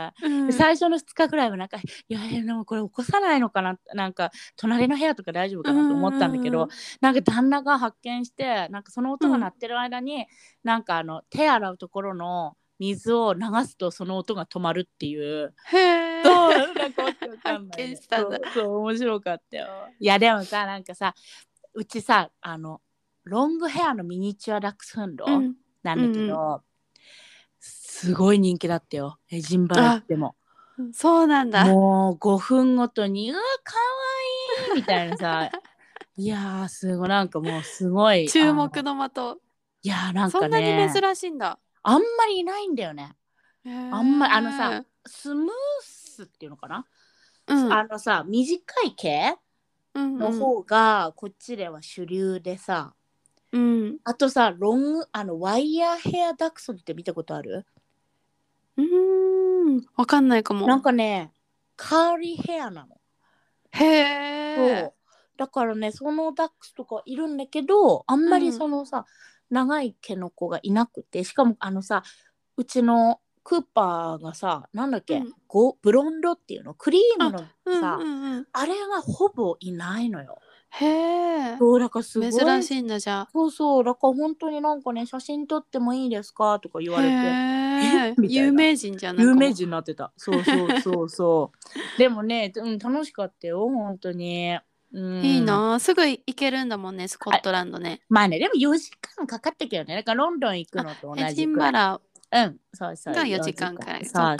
最初の2日ぐらいはなんかいやでもこれ起こさないのかな、なんか隣の部屋とか大丈夫かなと思ったんだけど、なんか旦那が発見して、なんかその音が鳴ってる間に、なんか手洗うところの水を流すとその音が止まるっていう。そうなんかわけわかんない、ね、そう面白かったよ。いやでもさ、なんかさ、うちさロングヘアのミニチュアダックスフンドなんだけど、すごい人気だったよ、エジンバラ行っても。 そうなんだ。 もう5分ごとにかわいいみたいなさいやすごい、なんかもうすごい注目の的。 いやなんかね、 そんなに珍しいんだ。 あんまりいないんだよね。あんまりさスムースっていうのかな、さ短い毛の方がこっちでは主流でさ、あとさロングワイヤーヘアダクソンって見たことある？ わかんないかも。 なんかねカーリーヘアなの。 へえ。 そうだからね、そのダックスとかいるんだけど、あんまりそのさ、長い毛の子がいなくて、しかもさうちのクーパーがさ、なんだっけ、ブロンドっていうの、クリームのさ、あれがほぼいないのよ。 へえ。 そうだからすごい珍しいんだじゃあ。 そうだから本当になんかね、写真撮ってもいいですかとか言われて、 有名人じゃない有名人になってた。そうでもね、楽しかったよ本当に。 いいな、すぐ行けるんだもんね、スコットランドね。 まあね、でも4時間かかったけどね、だからロンドン行くのと同じくらい。エジンバラそうが4時間くらい。 そう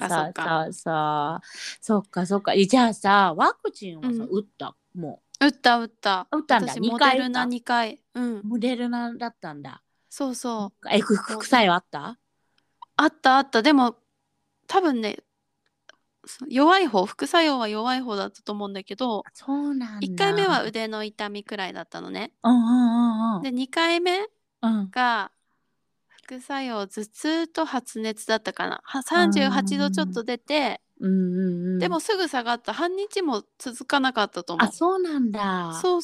か。じゃあさ、ワクチンはさ、打った？もう打ったんだ。 私モデルナ2回。 モデルナだったんだ。 そうそう。 副作用あった？ あった。でも多分ね、弱い方、副作用は弱い方だったと思うんだけど、 そうなんだ。 1回目は腕の痛みくらいだったのね。で2回目が副作用、頭痛と発熱だったかな。38度ちょっと出て、でもすぐ下がった。半日も続かなかったと思う。 あ、そうなんだ。 そう。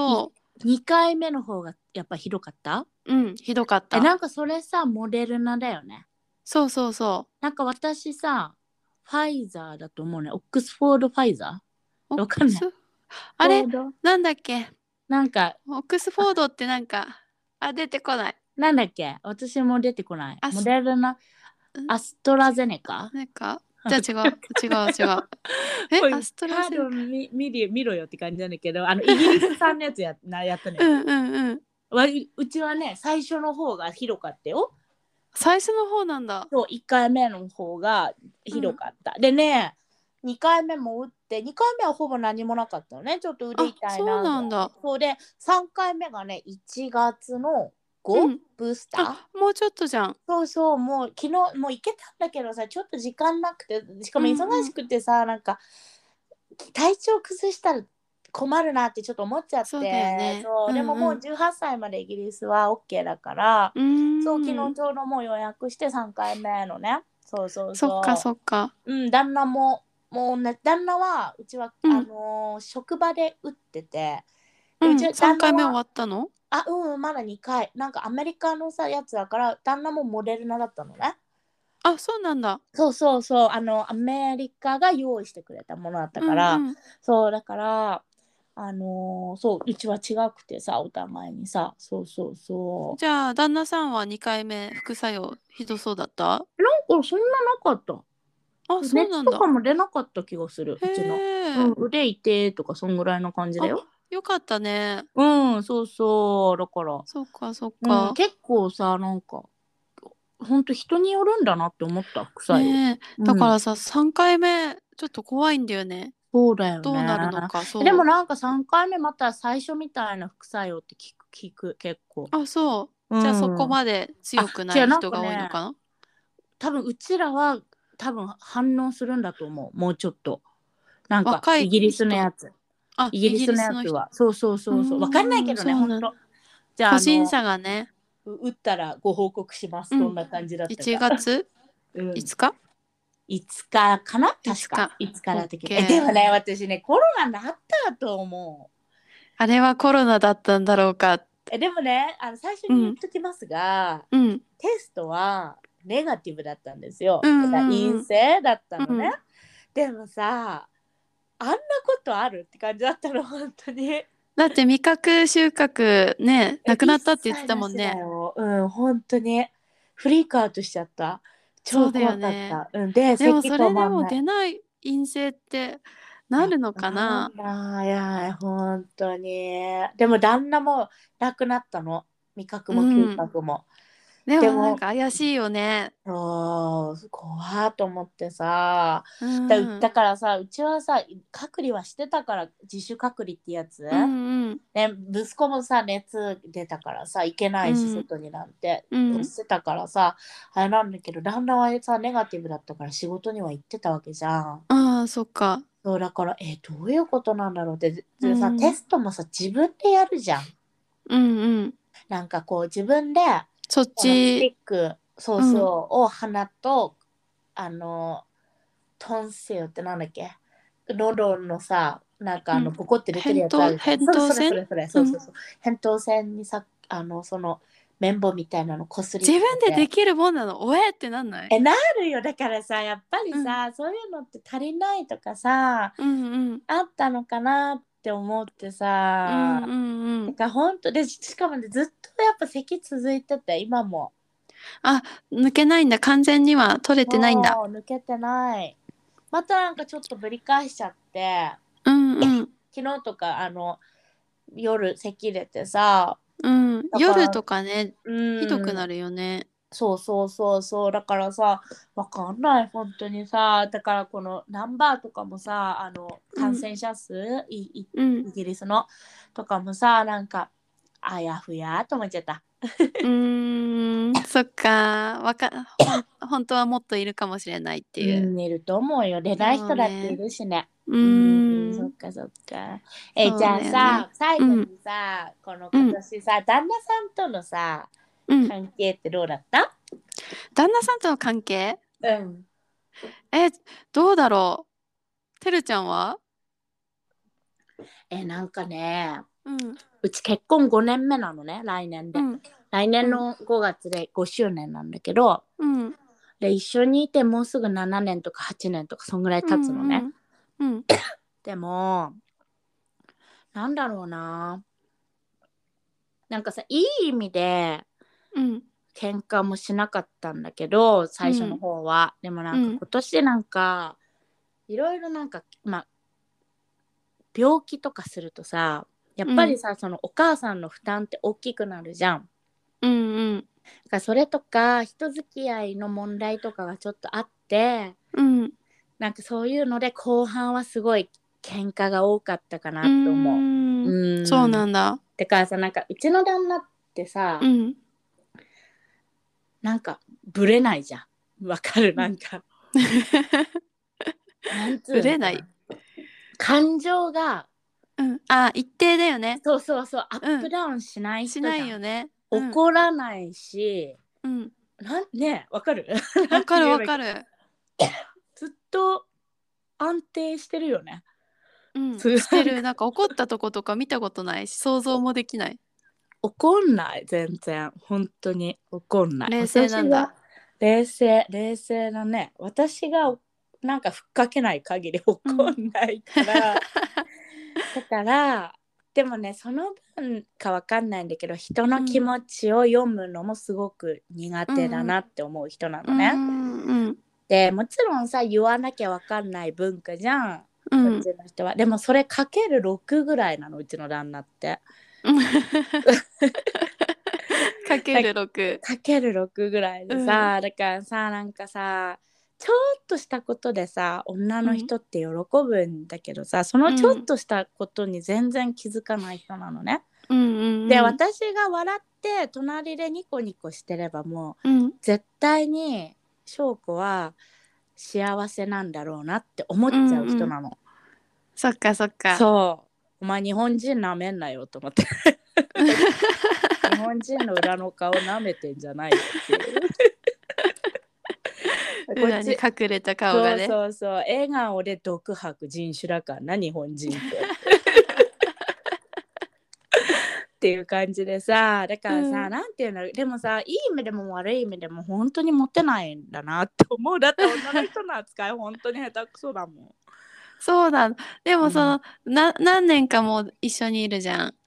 2回目の方がやっぱひどかった？ ひどかった。 なんかそれさ、モデルナだよね。 そう。 なんか私さ、ファイザーだと思うね。オックスフォードファイザー？わかんない。 あれなんだっけ？ なんかオックスフォードってなんか出てこない。 なんだっけ？私も出てこない。モデルナ、アストラゼネカ？ じゃあ違う。アストラゼネカ見ろよって感じなんだけど、イギリス産のやつやったのよ。うちはね、最初の方がひどかったよ。 最初の方なんだ。 そう、1回目の方がひどかった。でね、2回目も打って、2回目はほぼ何もなかったのね。ちょっと腕痛いな。 そうなんだ。 そうで、3回目がね、1月の5、ブースター。もうちょっとじゃん。 そう、もう昨日もう行けたんだけどさ、ちょっと時間なくて、しかも忙しくてさ、なんか体調崩したら困るなってちょっと思っちゃって。 そうだよね。 でももう18歳までイギリスは OK だから、そう昨日ちょうどもう予約して3回目のね。そう。そっか。 旦那もね、旦那はうちは、職場で打ってて、 3回目終わったの？ まだ2回。なんかアメリカのさやつだから旦那もモデルナだったのね。 そうなんだ。 そうアメリカが用意してくれたものだったから、そうだからそううちは違くてさ、お互いにさ、そう。 じゃあ旦那さんは2回目副作用ひどそうだった？なんかそんななかった。 そうなんだ。 熱とかも出なかった気がする。うちの、腕痛いとかそんぐらいの感じだよ。 よかったね。 そうだから。 そっか。 結構さ、なんかほんと人によるんだなって思った、副作用。 だからさ、3回目ちょっと怖いんだよね。 そうだよね。 どうなるのか。 でもなんか3回目また最初みたいな副作用って聞く結構。 そう。じゃあそこまで強くない人が多いのかな？ 多分うちらは反応するんだと思う。もうちょっとなんかイギリスのやつ。イギリスのやつはそうわかんないけどね、ほんと。 じゃあ個人差がね。 打ったらご報告します。どんな感じだったか。 1月5日 5日かな確か5日だったけど、でもね私ねコロナになったと思う。 あれはコロナだったんだろうか。 でもね最初に言っときますが、テストはネガティブだったんですよ、陰性だったのね、でもさあんなことあるって感じだったの本当に。 だって味覚収穫ねなくなったって言ってたもんね。 本当にフリークアウトしちゃった。超怖かった。 ね、でもそれでも出ない陰性ってなるのかな。 いや本当に。でも旦那もなくなったの、味覚も嗅覚も。 でもなんか怪しいよね。 怖ーと思ってさ、だからさうちはさ隔離はしてたから、自主隔離ってやつ、息子もさ熱出たからさ行けないし、外になんてしてたからさ、あれなんだけど旦那はさネガティブだったから仕事には行ってたわけじゃん。 ああそっか。 そうだからどういうことなんだろうって。でさ、テストもさ自分でやるじゃん。なんかこう自分でそっちスティックを鼻とトンシルってなんだっけ、喉のさなんかボコって出てるやつあるじゃん。 扁桃腺。 そう扁桃腺にさその綿棒みたいなのこすり自分でできるもんなの？おえってなんない？ なるよ。だからさやっぱりさ、そういうのって足りないとかさ、あったのかなって思ってさ、だから本当でしかもねずっとやっぱ咳続いてて今も。 抜けないんだ。完全には取れてないんだ。 抜けてない。またなんかちょっとぶり返しちゃって、昨日とか夜咳出てさ、 夜とかねひどくなるよね。 そうだからさわかんない本当にさ。だからこのナンバーとかもさ感染者数、イギリスのとかもさなんかあやふやと思っちゃった。 そっか。本当はもっといるかもしれないっていう。 いると思うよ。出ない人だっているしね。そっか。じゃあさ最後にさ、この今年さ、旦那さんとのさ関係ってどうだった？ 旦那さんとの関係？どうだろう。てるちゃんは？ なんかね、うち結婚5年目なのね、来年で。来年の5月で5周年なんだけど、で一緒にいてもうすぐ7年とか8年とかそんぐらい経つのね。でもなんだろうな、なんかさいい意味で喧嘩もしなかったんだけど最初の方は、でもなんか今年なんかいろいろなんか病気とかするとさやっぱりさ、そのお母さんの負担って大きくなるじゃん。だからそれとか人付き合いの問題とかがちょっとあって、なんかそういうので後半はすごい喧嘩が多かったかなと思う。 そうなんだ。 だからさなんかうちの旦那ってさ、なんかブレないじゃん。わかる？なんかブレない。 感情が一定だよね。 そうアップダウンしない人じゃん。 しないよね。 怒らないし、ねわかる？ わかる。 ずっと安定してるよね。 してる。なんか怒ったとことか見たことないし想像もできない。 怒んない全然。本当に怒んない。 冷静なんだ。 冷静だね。私がなんかふっかけない限り怒んないから、だからでもねその分かわかんないんだけど人の気持ちを読むのもすごく苦手だなって思う人なのね。でもちろんさ言わなきゃわかんない文化じゃん、こっちの人は。でもそれかける6ぐらいなのうちの旦那って。 かける6。 かける6ぐらいでさ、だからさなんかさちょっとしたことでさ女の人って喜ぶんだけどさ、そのちょっとしたことに全然気づかない人なのね。で私が笑って隣でニコニコしてればもう、絶対に翔子は幸せなんだろうなって思っちゃう人なの。 そっか。 そうお前日本人なめんなよと思って日本人の裏の顔なめてんじゃないよっていう裏に隠れた顔がね。 そうそう、笑顔で独白人種だからな、日本人ってっていう感じでさ、だからさ、なんていうの、でもさ、いい意味でも悪い意味でも本当にモテないんだなって思う。だって女の人の扱い本当に下手くそだもん。 そうだ。でも何年かも一緒にいるじゃん。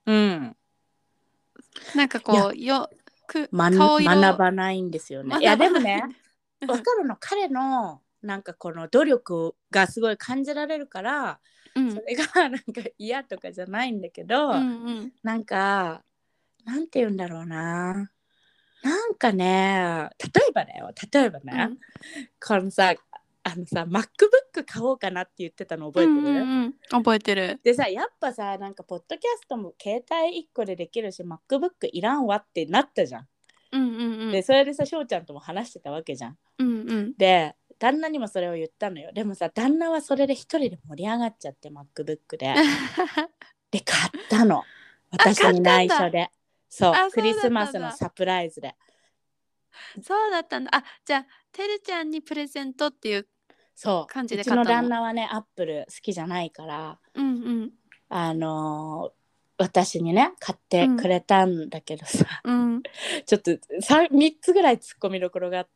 なんかこう学ばないんですよね。いやでもね、わかるの、彼のなんかこの努力がすごい感じられるから、それがなんか嫌とかじゃないんだけど、なんかなんて言うんだろうな、なんかね、例えばね、このさ、MacBook 買おうかなって言ってたの覚えてる？ 覚えてる。 でさ、やっぱさ、なんかポッドキャストも携帯1個でできるし MacBook いらんわってなったじゃん。でそれでさ、翔ちゃんとも話してたわけじゃん。で旦那にもそれを言ったのよ。でもさ、旦那はそれで一人で盛り上がっちゃって MacBook でで買ったの、私に内緒で。そうクリスマスのサプライズで。 そうだったんだ。じゃあてるちゃんにプレゼントっていう感じで買ったの？ うちの旦那はね、アップル好きじゃないから、私にね買ってくれたんだけどさ、ちょっと 3つぐらいツッコミどころがあって、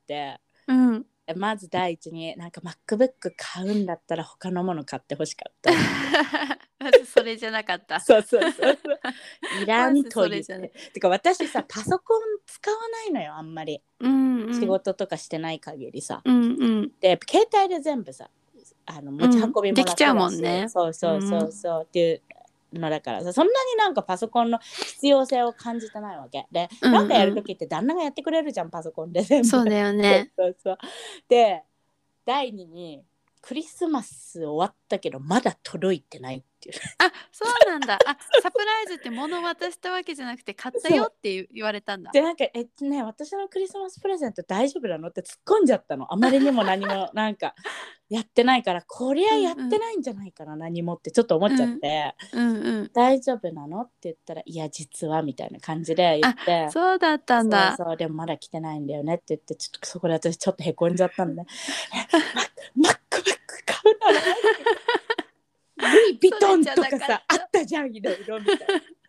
まず第一に、なんか MacBook 買うんだったら他のもの買ってほしかったまずそれじゃなかった。 そういらんと言って、てか私さ、パソコン使わないのよ、あんまり、仕事とかしてない限りさ、で携帯で全部さ、持ち運びも楽だし、 できちゃうもんね。 そうっていうのだからさ、そんなになんかパソコンの必要性を感じてないわけで、なんかやるときって旦那がやってくれるじゃん、パソコンで全部。 そうだよね。 そうで、第2にクリスマス終わったけどまだ届いてないっていう。 そうなんだ。サプライズって物渡したわけじゃなくて買ったよって言われたんだ。 でなんか私のクリスマスプレゼント大丈夫なのって突っ込んじゃったの。あまりにも何もなんかやってないから、こりゃやってないんじゃないかな、何もってちょっと思っちゃって、大丈夫なのって言ったら、いや実はみたいな感じで言って、 そうだったんだ。 そうでもまだ来てないんだよねって言って、ちょっとそこで私ちょっとへこんじゃったんで、MacBook 買うならルイ・ヴィトンとかさあったじゃん、いろいろみたいな。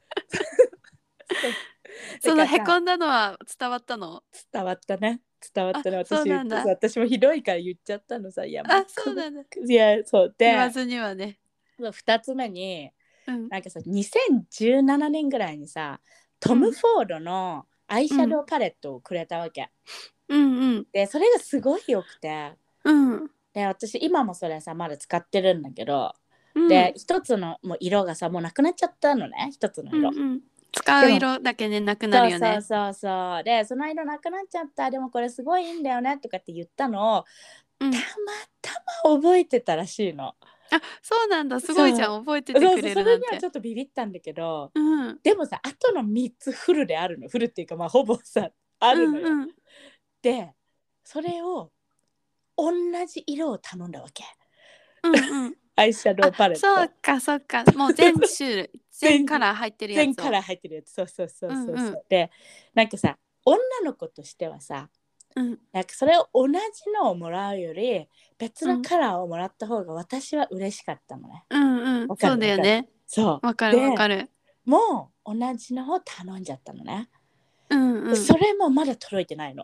そのへこんだのは伝わったの？ 伝わったね。私もひどいから言っちゃったのさ。いや、 そうなんだ。 いや、そうで、 言わずにはね。 2つ目に、なんかさ、2017年ぐらいにさ、トム・フォードのアイシャドウパレットをくれたわけ。でそれがすごいよくて、で私今もそれさまだ使ってるんだけど、で一つのもう色がさもうなくなっちゃったのね、一つの色。 使う色だけね、なくなるよね。 そうで、その色なくなっちゃった、でもこれすごいいいんだよねとかって言ったのを、たまたま覚えてたらしいの。 そうなんだ、すごいじゃん、覚えててくれるなんて。 それにはちょっとビビったんだけど、でもさ、あとの3つフルであるの。フルっていうかまあほぼさあるのよ。でそれを同じ色を頼んだわけ。アイシャドウパレット。 そうかもう全種類全カラー入ってるやつ。 全カラー入ってるやつ。そうで、なんかさ、女の子としてはさ、なんかそれを同じのをもらうより別のカラーをもらった方が私は嬉しかったのね。 そうだよね。 そうわかる。 もう同じのを頼んじゃったのね。それもまだ届いてないの。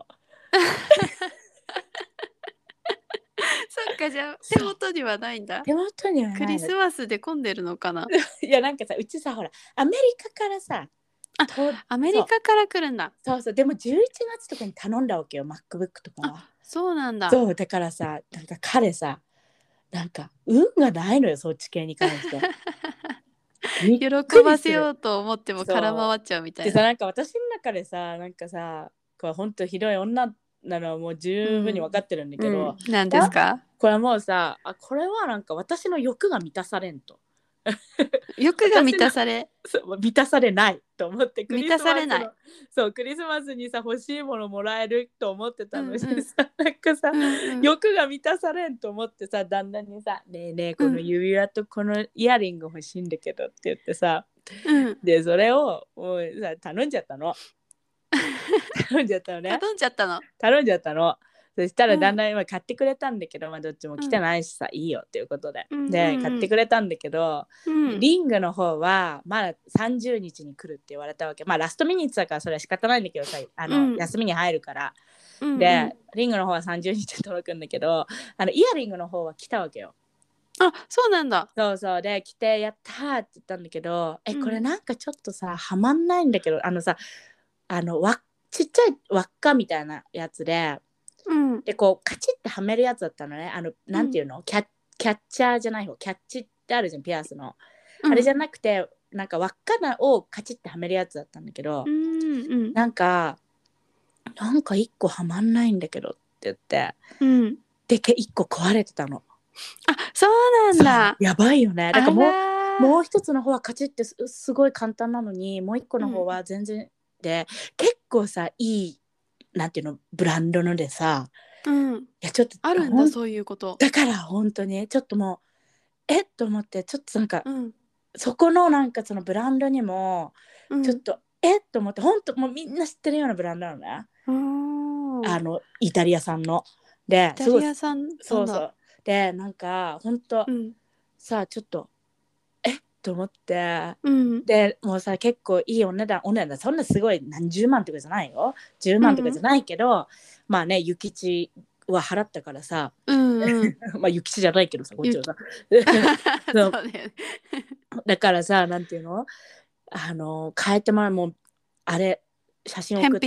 そっか、じゃあ手元にはないんだ。 手元にはない。 クリスマスで混んでるのかな。 いやなんかさ、うちさほらアメリカからさ、 アメリカから来るんだ。 そうでも11月とかに頼んだわけよ、 MacBook とかは。 そうなんだ。 そうだからさ、なんか彼さ、なんか運がないのよ、そっち系に関して。 喜ばせようと思っても空回っちゃうみたいな。 でさ、なんか私の中でさ、なんかさ、これほんとひどい女なのはもう十分に分かってるんだけど、 何ですか？ これはもうさ、これはなんか私の欲が満たされんと。 欲が満たされ満たされないと思って、 満たされない。 そうクリスマスにさ欲しいものもらえると思ってたのにさ、なんかさ、欲が満たされんと思ってさ、旦那にさ、ねえこの指輪とこのイヤリング欲しいんだけどって言ってさ、でそれをもうさ頼んじゃったの。頼んじゃったの。 そしたら旦那今買ってくれたんだけど、まあどっちも汚いしさ、いいよっていうことで、で買ってくれたんだけど、リングの方はまだ30日に来るって言われたわけ。まあラストミニッツだからそれは仕方ないんだけどさ、休みに入るから、でリングの方は30日に届くんだけど、イヤリングの方は来たわけよ。 あ、そうなんだ。 そうそうで来てやったーって言ったんだけど、これなんかちょっとさはまんないんだけど、ちっちゃい輪っかみたいなやつで、でこうカチッてはめるやつだったのね。なんていうの、キャッチャーじゃない方、キャッチってあるじゃん、ピアスの、あれじゃなくてなんか輪っかをカチッてはめるやつだったんだけど、なんか一個はまんないんだけどって言って、で一個壊れてたの。 あ、そうなんだ。 やばいよね。だからもう一つの方はカチッてすごい簡単なのに、もう一個の方は全然で、結構さいいなんていうのブランドのでさ、いやちょっとあるんだそういうこと。 だから本当にちょっともうと思って、ちょっとなんか、そこのなんかそのブランドにもちょっと、と思って、本当もうみんな知ってるようなブランドなのね。イタリア産ので、 イタリア産そうそうで、なんか本当、さあちょっとと思って、でもうさ結構いいお値段そんなすごい何十万とかじゃないよ、10万とかじゃないけど、まあね諭吉は払ったからさ、まあ諭吉じゃないけどさこっちはさそうだからさ、なんていうの、変えてもらう、もうあれ写真送って、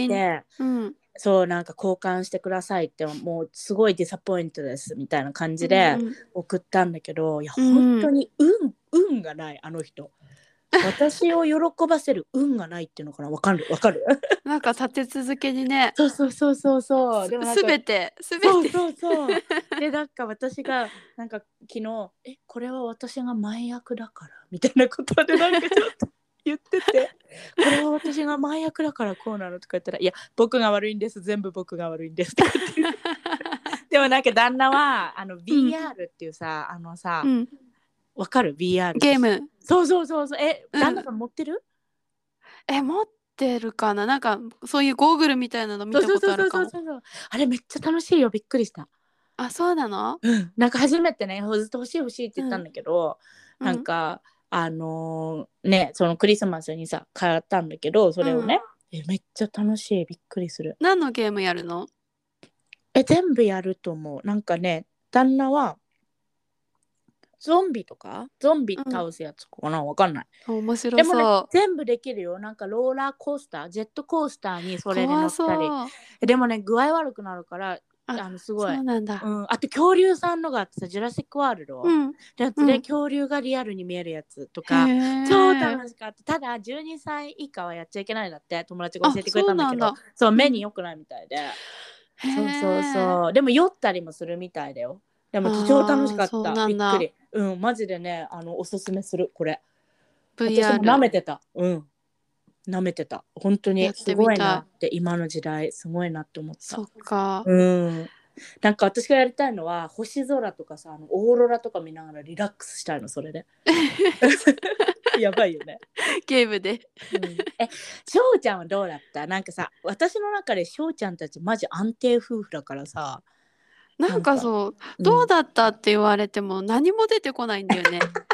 そうなんか交換してくださいって、もうすごいディサポイントですみたいな感じで送ったんだけど、いや本当に運がない、あの人。私を喜ばせる運がないっていうのかな。わかるなんか立て続けにね。 そうでもなんか全てそうで、なんか私がなんか昨日これは私が前役だからみたいなことでなんかちょっと言っててこれは私が前役だからこうなのとか言ったら、いや僕が悪いんです、全部僕が悪いんですとか言ってでもなんか旦那はVR っていうさ、わかる VR ゲーム。 そう旦那さん持ってる？ 持ってるかな。なんかそういうゴーグルみたいなの見たことあるかも。 あれめっちゃ楽しいよ、びっくりした。 あ、そうなの？ なんか初めてねずっと欲しいって言ったんだけど、なんかねそのクリスマスにさ買ったんだけど、それをね、めっちゃ楽しい、びっくりする。 何のゲームやるの？ 全部やると思う。なんかね旦那はゾンビ倒すやつかな、わかんない。 面白そう。 でもね全部できるよ。なんかローラーコースター、ジェットコースターにそれで乗ったり。でもね具合悪くなるからすごい。 そうなんだ。 あと恐竜さんのがあってさ、ジュラシックワールドやつで恐竜がリアルに見えるやつとか、超楽しかった。ただ12歳以下はやっちゃいけないんだって、友達が教えてくれたんだけど、そう目に良くないみたいで。そうでも酔ったりもするみたいだよ。でも超楽しかった。びっくり。マジでねおすすめするこれ。私も舐めてた。舐めてた。本当にすごいなって、今の時代すごいなって思った。 そっか。 なんか私がやりたいのは星空とかさ、オーロラとか見ながらリラックスしたいの、それで。やばいよね。 ゲームで。 しょうちゃんはどうだった？なんかさ、私の中でしょうちゃんたちマジ安定夫婦だからさ。 なんかそう、どうだったって言われても何も出てこないんだよね。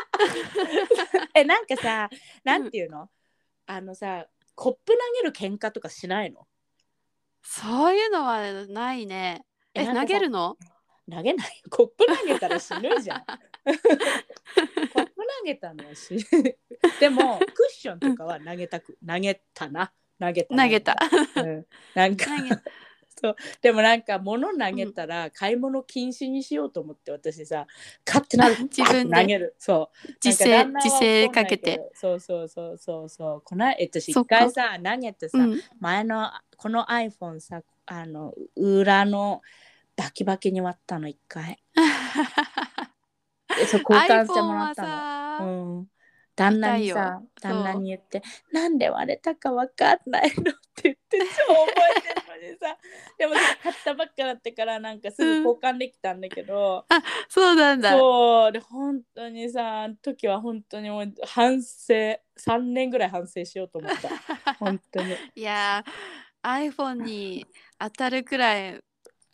なんかさ、なんていうの？さ、コップ投げる喧嘩とかしないの？ そういうのはないね。投げるの？ 投げない。コップ投げたら死ぬじゃん。コップ投げたのはでもクッションとかは投げた。なんかそうでもなんか物投げたら買い物禁止にしようと思って、私さ勝ってなる自分で投げる。そう自制かけて。 そうこの一回さ投げてさ、前のこの iPhone さ裏のバキバキに割ったの一回。交換してもらったの。旦那に言ってなんで割れたか分かんないのって言って超覚えてるのにさでも買ったばっかだってからなんかすぐ交換できたんだけど、 そうなんだ。 そうで本当にさ、あの時は本当にもう3年ぐらい反省しようと思った本当に。 いや iPhone に当たるくらい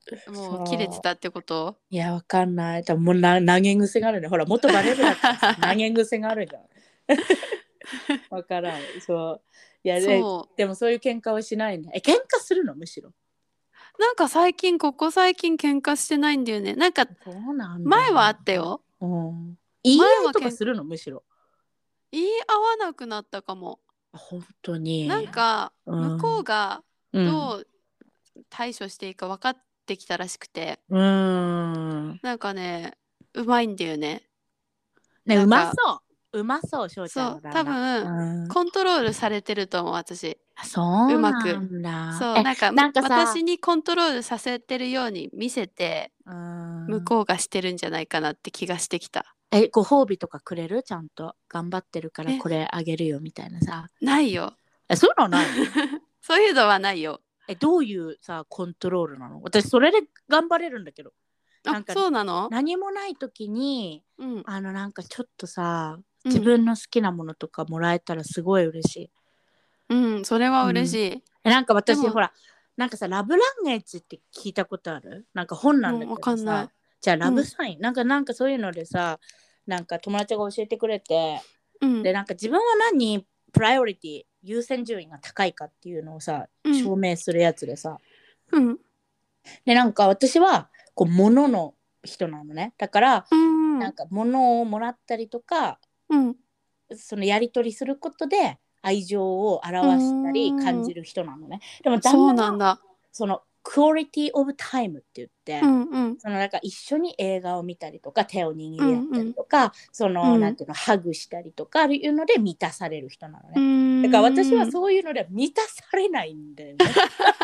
もう切れてたってこと？ いや、わかんない。多分もう投げ癖があるね。ほら、元バレー部だったら投げ癖があるじゃん。わからん。そう。いや、でもそういう喧嘩はしないね。喧嘩するのむしろ。 なんかここ最近喧嘩してないんだよね。なんかそうなんだ。 前はあったよ。 言い合いとかするのむしろ。 言い合わなくなったかも。 本当に。 なんか向こうがどう対処していいか分かってきたらしくて、なんかね、うまいんだよね。 うまそう。うまそう、翔ちゃんの旦那。多分、コントロールされてると思う、私。 そうなんだ。 そう、なんか私にコントロールさせてるように見せて、向こうがしてるんじゃないかなって気がしてきた。 ご褒美とかくれる？ちゃんと頑張ってるからこれあげるよみたいなさ。 ないよ。 そういうのない？ そういうのはないよ。 どういうさコントロールなの？私それで頑張れるんだけど。 なんかそうなの？ 何もない時に、なんかちょっとさ、自分の好きなものとかもらえたらすごい嬉しい。 それは嬉しい。 なんか私ほら、なんかさ、ラブランゲージって聞いたことある？なんか本なんだけどさ、じゃあラブサイン、なんかそういうのでさ、なんか友達が教えてくれて、でなんか自分は何プライオリティ優先順位が高いかっていうのをさ、証明するやつでさ、でなんか私はこう物の人なのね。だから、なんか物をもらったりとか、そのやり取りすることで愛情を表したり感じる人なのね。でも旦那はそのクオリティオブタイムって言って、そのなんか一緒に映画を見たりとか手を握り合ったりとか、そのなんていうのハグしたりとかいうので満たされる人なのね。だから私はそういうので満たされないんだよね。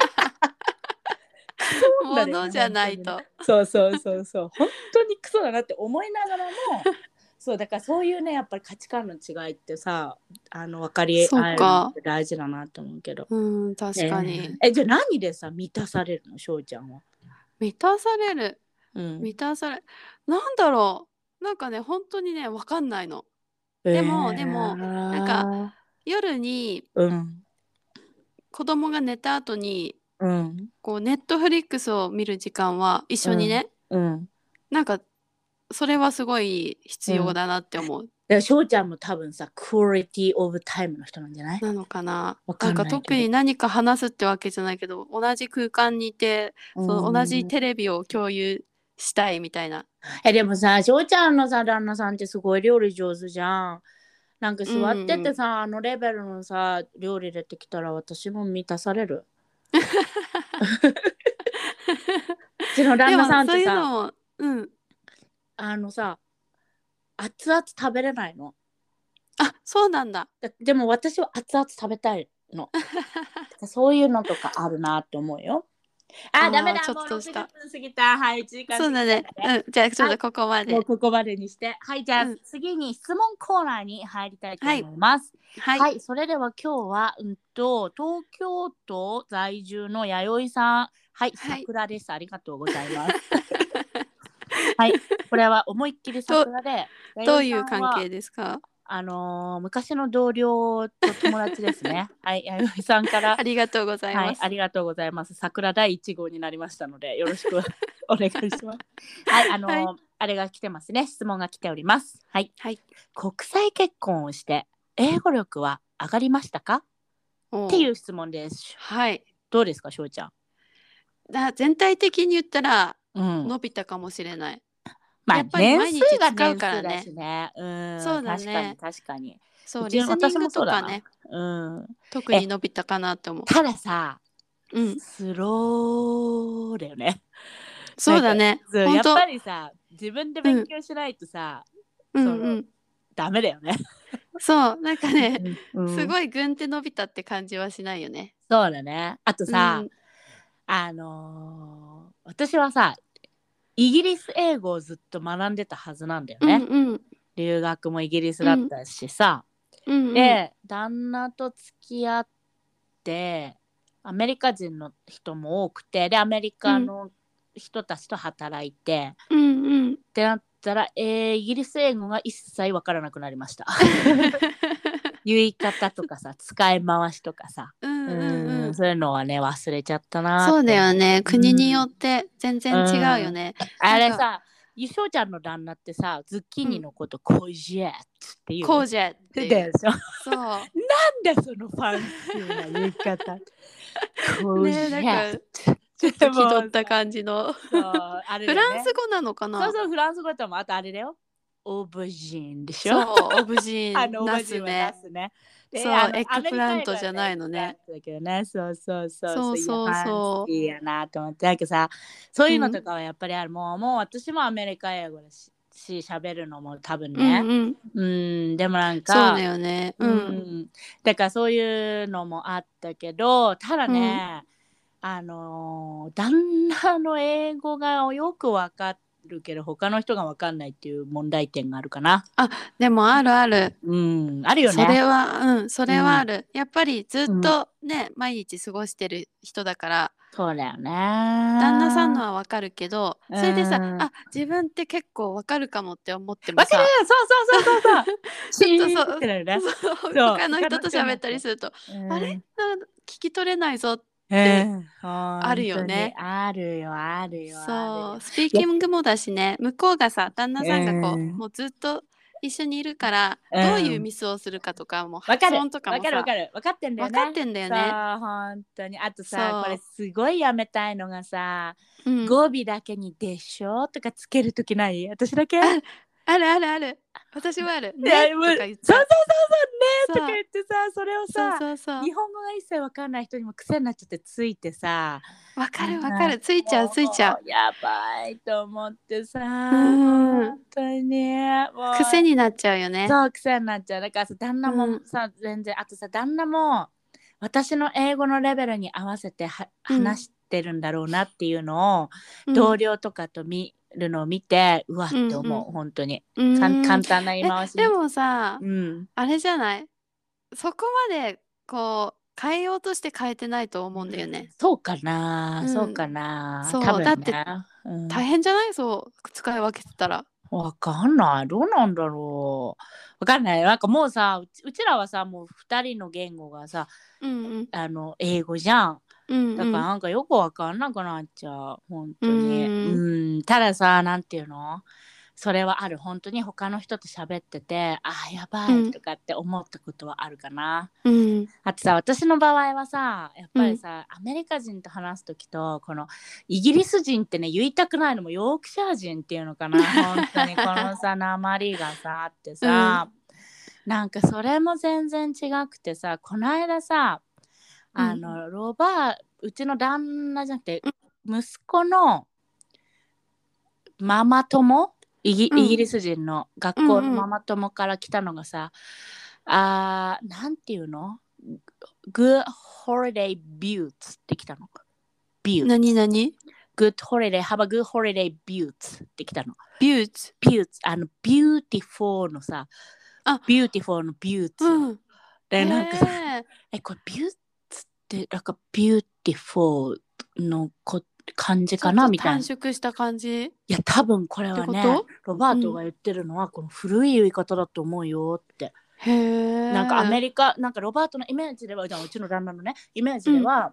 ものじゃないと。 そう本当にクソだなって思いながらもそうだからそういうねやっぱり価値観の違いってさ分かり合えるのって大事だなと思うけど。 確かに。 じゃあ何でさ満たされるの？翔ちゃんは。 満たされる。なんだろう。なんかね本当にね分かんないの。でもなんか夜に子供が寝た後にこうネットフリックスを見る時間は一緒にね、なんかそれはすごい必要だなって思う。 翔ちゃんも多分さクオリティオブタイムの人なんじゃない？ なのかな。なんか特に何か話すってわけじゃないけど同じ空間にいてそう同じテレビを共有したいみたいな。 でもさ翔ちゃんのさ旦那さんってすごい料理上手じゃん。なんか座っててさ、レベルのさ料理出てきたら私も満たされる。うちの旦那さんってささ熱々食べれないの。 そうなんだ。 でも私は熱々食べたいの。そういうのとかあるなって思うよ。ダメだ、 ちょっとした。 もう60分過ぎた。はい、時間過ぎた。 そうだね。じゃあちょっとここまで。 もうここまでにして。はい、じゃあ、次に質問コーナーに入りたいと思います。はい、それでは今日は、東京都在住の弥生さん。はい、桜です。ありがとうございます。はい、これは思いっきり桜で。 どういう関係ですか？ 昔の同僚と友達ですね。はい、弥生さんからありがとうございます。 はい、ありがとうございます。桜第1号になりましたのでよろしくお願いします。はい、あれが来てますね。質問が来ております。はい。国際結婚をして英語力は上がりましたか？っていう質問です。 はい。 どうですか、しょうちゃん。 全体的に言ったら伸びたかもしれない。 やっぱり毎日使うからね。 そうだね。 確かに。 そうリスニングとかね。特に伸びたかなって思う。 たださ、スローだよね。 そうだね。 やっぱりさ、自分で勉強しないとさ、ダメだよね。 そうなんかね、すごいぐんって伸びたって感じはしないよね。 そうだね。あとさ、私はさイギリス英語をずっと学んでたはずなんだよね。留学もイギリスだったしさ、で旦那と付き合ってアメリカ人の人も多くて、でアメリカの人たちと働いて、ってなったら、イギリス英語が一切わからなくなりました。言い方とかさ、使い回しとかさ、 そういうのはね忘れちゃったな。 そうだよね。国によって全然違うよね。 あれさ、ゆしょちゃんの旦那ってさ、ズッキーニのことコージェットっていう。 コージェットっていう。 そう。なんでそのファンシーな言い方。コージェット。 ちょっと気取った感じの。フランス語なのかな。 そうそう、フランス語ともあとあれだよ。オーブジンでしょ。 そう、オーブジン。ナスね。そう、エッグプラントじゃないのね。 そうそうそう。 そうそうそう。 いいやなと思って。なんかさ、そういうのとかはやっぱりある。もう私もアメリカ英語だし、喋るのも多分ね。でもなんか。 そうだよね。 だからそういうのもあったけど、ただね、旦那の英語がよく分かるけど他の人が分かんないっていう問題点があるかな。 でもあるある。 あるよね。 それはある。やっぱりずっとね、毎日過ごしてる人だから。 そうだよね。 旦那さんのは分かるけど、それでさ、自分って結構分かるかもって思ってもさ。 分かる。そう。 他の人と喋ったりすると、あれ聞き取れないぞってあるよね。 あるよ。 そう、スピーキングもだしね、向こうがさ、旦那さんがもうずっと一緒にいるから、どういうミスをするかとかも発音とかもさ、 分かってんだよね。そう本当に。あとさ、これすごいやめたいのがさ、語尾だけにでしょとかつけるときない？私だけ？ ある。私はある。ねとか言って。 そうねとか言ってさ、それをさ、日本語が一切わかんない人にも癖になっちゃってついてさ。 わかる。ついちゃう。 やばいと思ってさ、本当にね。 癖になっちゃうよね。 そう、癖になっちゃう。だからさ、旦那もさ、全然、あとさ、旦那も私の英語のレベルに合わせて話してるんだろうなっていうのを、同僚とかと見るのを見て、うわって思う、本当に。簡単な言い回し。 でもさ、あれじゃない？そこまでこう変えようとして変えてないと思うんだよね。 そうかな。そう多分ね。 だって大変じゃない？そう使い分けてたら。 わかんない。どうなんだろう。わかんない。なんかもうさ、うちらはさ、もう2人の言語がさ、英語じゃん。だからなんかよくわかんなくなっちゃう。本当に。たださ、なんていうの？それはある。本当に他の人と喋ってて、やばいとかって思ったことはあるかな。あとさ、私の場合はさ、やっぱりさ、アメリカ人と話すときと、このイギリス人ってね、言いたくないのもヨークシャー人っていうのかな。本当にこのさ、訛りがさ、あってさ、なんかそれも全然違くてさ、この間さ、うちの旦那じゃなくて、息子のママ友、イギリス人の学校のママ友から来たのがさ、なんていうの？ Good holiday buttes って来たの。 何？ Good holiday, have a good holiday buttes って来たの。 buttes beautiful のさ、beautiful の buttes。で、なんかさ、これ buttes ってなんか beautiful の感じかなみたいな。 短縮した感じ？ いや多分これはね、ロバートが言ってるのはこの古い言い方だと思うよって。なんかアメリカ、なんかロバートのイメージでは、うちの旦那のねイメージでは、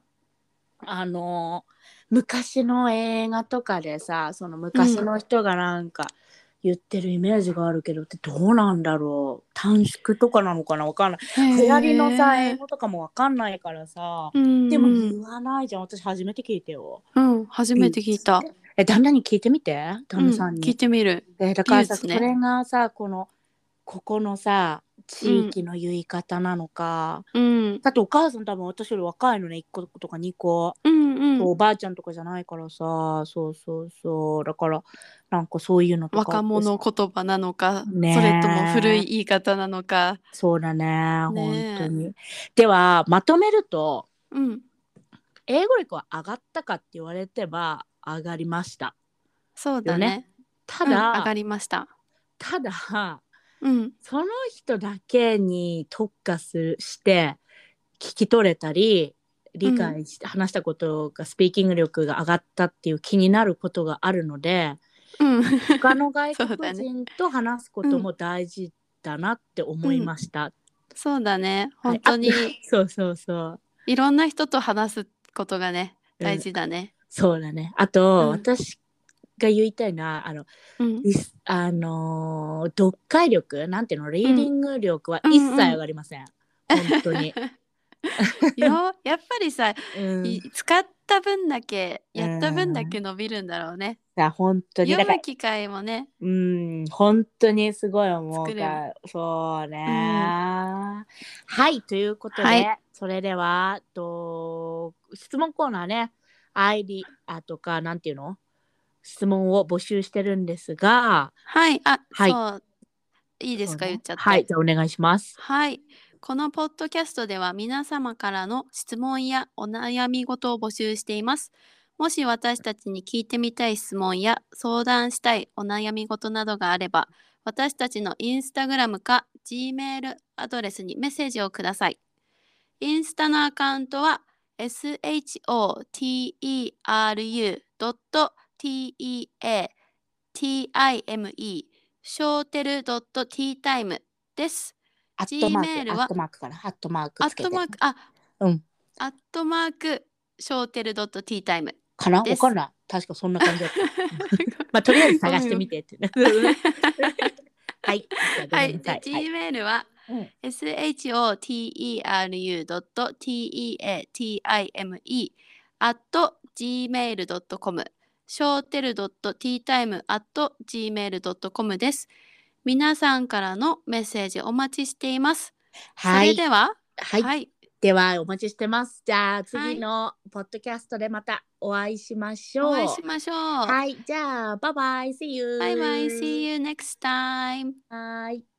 昔の映画とかでさ、その昔の人がなんか言ってるイメージがあるけどってどうなんだろう。短縮とかなのかな、わかんない。流行りのさ英語とかもわかんないからさ、でも言わないじゃん。私初めて聞いてよ。 初めて聞いた。 旦那に聞いてみて、旦那さんに。 聞いてみる。 だからさ、それがさ、ここのさ地域の言い方なのか、だってお母さん多分私より若いのね、1個とか2個、おばあちゃんとかじゃないからさ、そうだからなんかそういうのとか、 若者言葉なのか、それとも古い言い方なのか。 そうだね、本当に。ではまとめると、英語力は上がったかって言われてば上がりました。 そうだね。ただ、上がりました。 ただ、その人だけに特化して聞き取れたり理解して、話したことがスピーキング力が上がったっていう気になることがあるので、他の外国人と話すことも大事だなって思いました。 そうだね、本当に。 そう。 いろんな人と話すことがね、大事だね。 そうだね。あと、私が言いたいのは、読解力、なんていうの、リーディング力は一切上がりません。本当に。 やっぱりさ、使った分だけ、やった分だけ伸びるんだろうね。 本当に読む機会もね。 本当にすごい思うから。そうね、はい、ということで、それでは質問コーナーね、ID とかなんていうの、質問を募集してるんですが、 はい、そういいですか、言っちゃって。 はい、じゃあお願いします。 はい。このポッドキャストでは皆様からの質問やお悩み事を募集しています。もし私たちに聞いてみたい質問や相談したいお悩み事などがあれば、私たちのインスタグラムか Gmail アドレスにメッセージをください。インスタのアカウントは shoteru.teatime ショーテル .teatime です。 Gmail はアットマークかな、アットマークつけて。アットマークショーテル .teatime かな、わかんない。確かそんな感じだった。まあとりあえず探してみてってはい。 はい。で、Gmail は、shoteru.teatime@gmail.com ショーテル .teatime@gmail.com です。皆さんからのメッセージお待ちしています。それでは、 はい。ではお待ちしてます。じゃあ次のポッドキャストでまたお会いしましょう。はい。じゃあバイバイ。See you. バイバイ。See you next time. はい。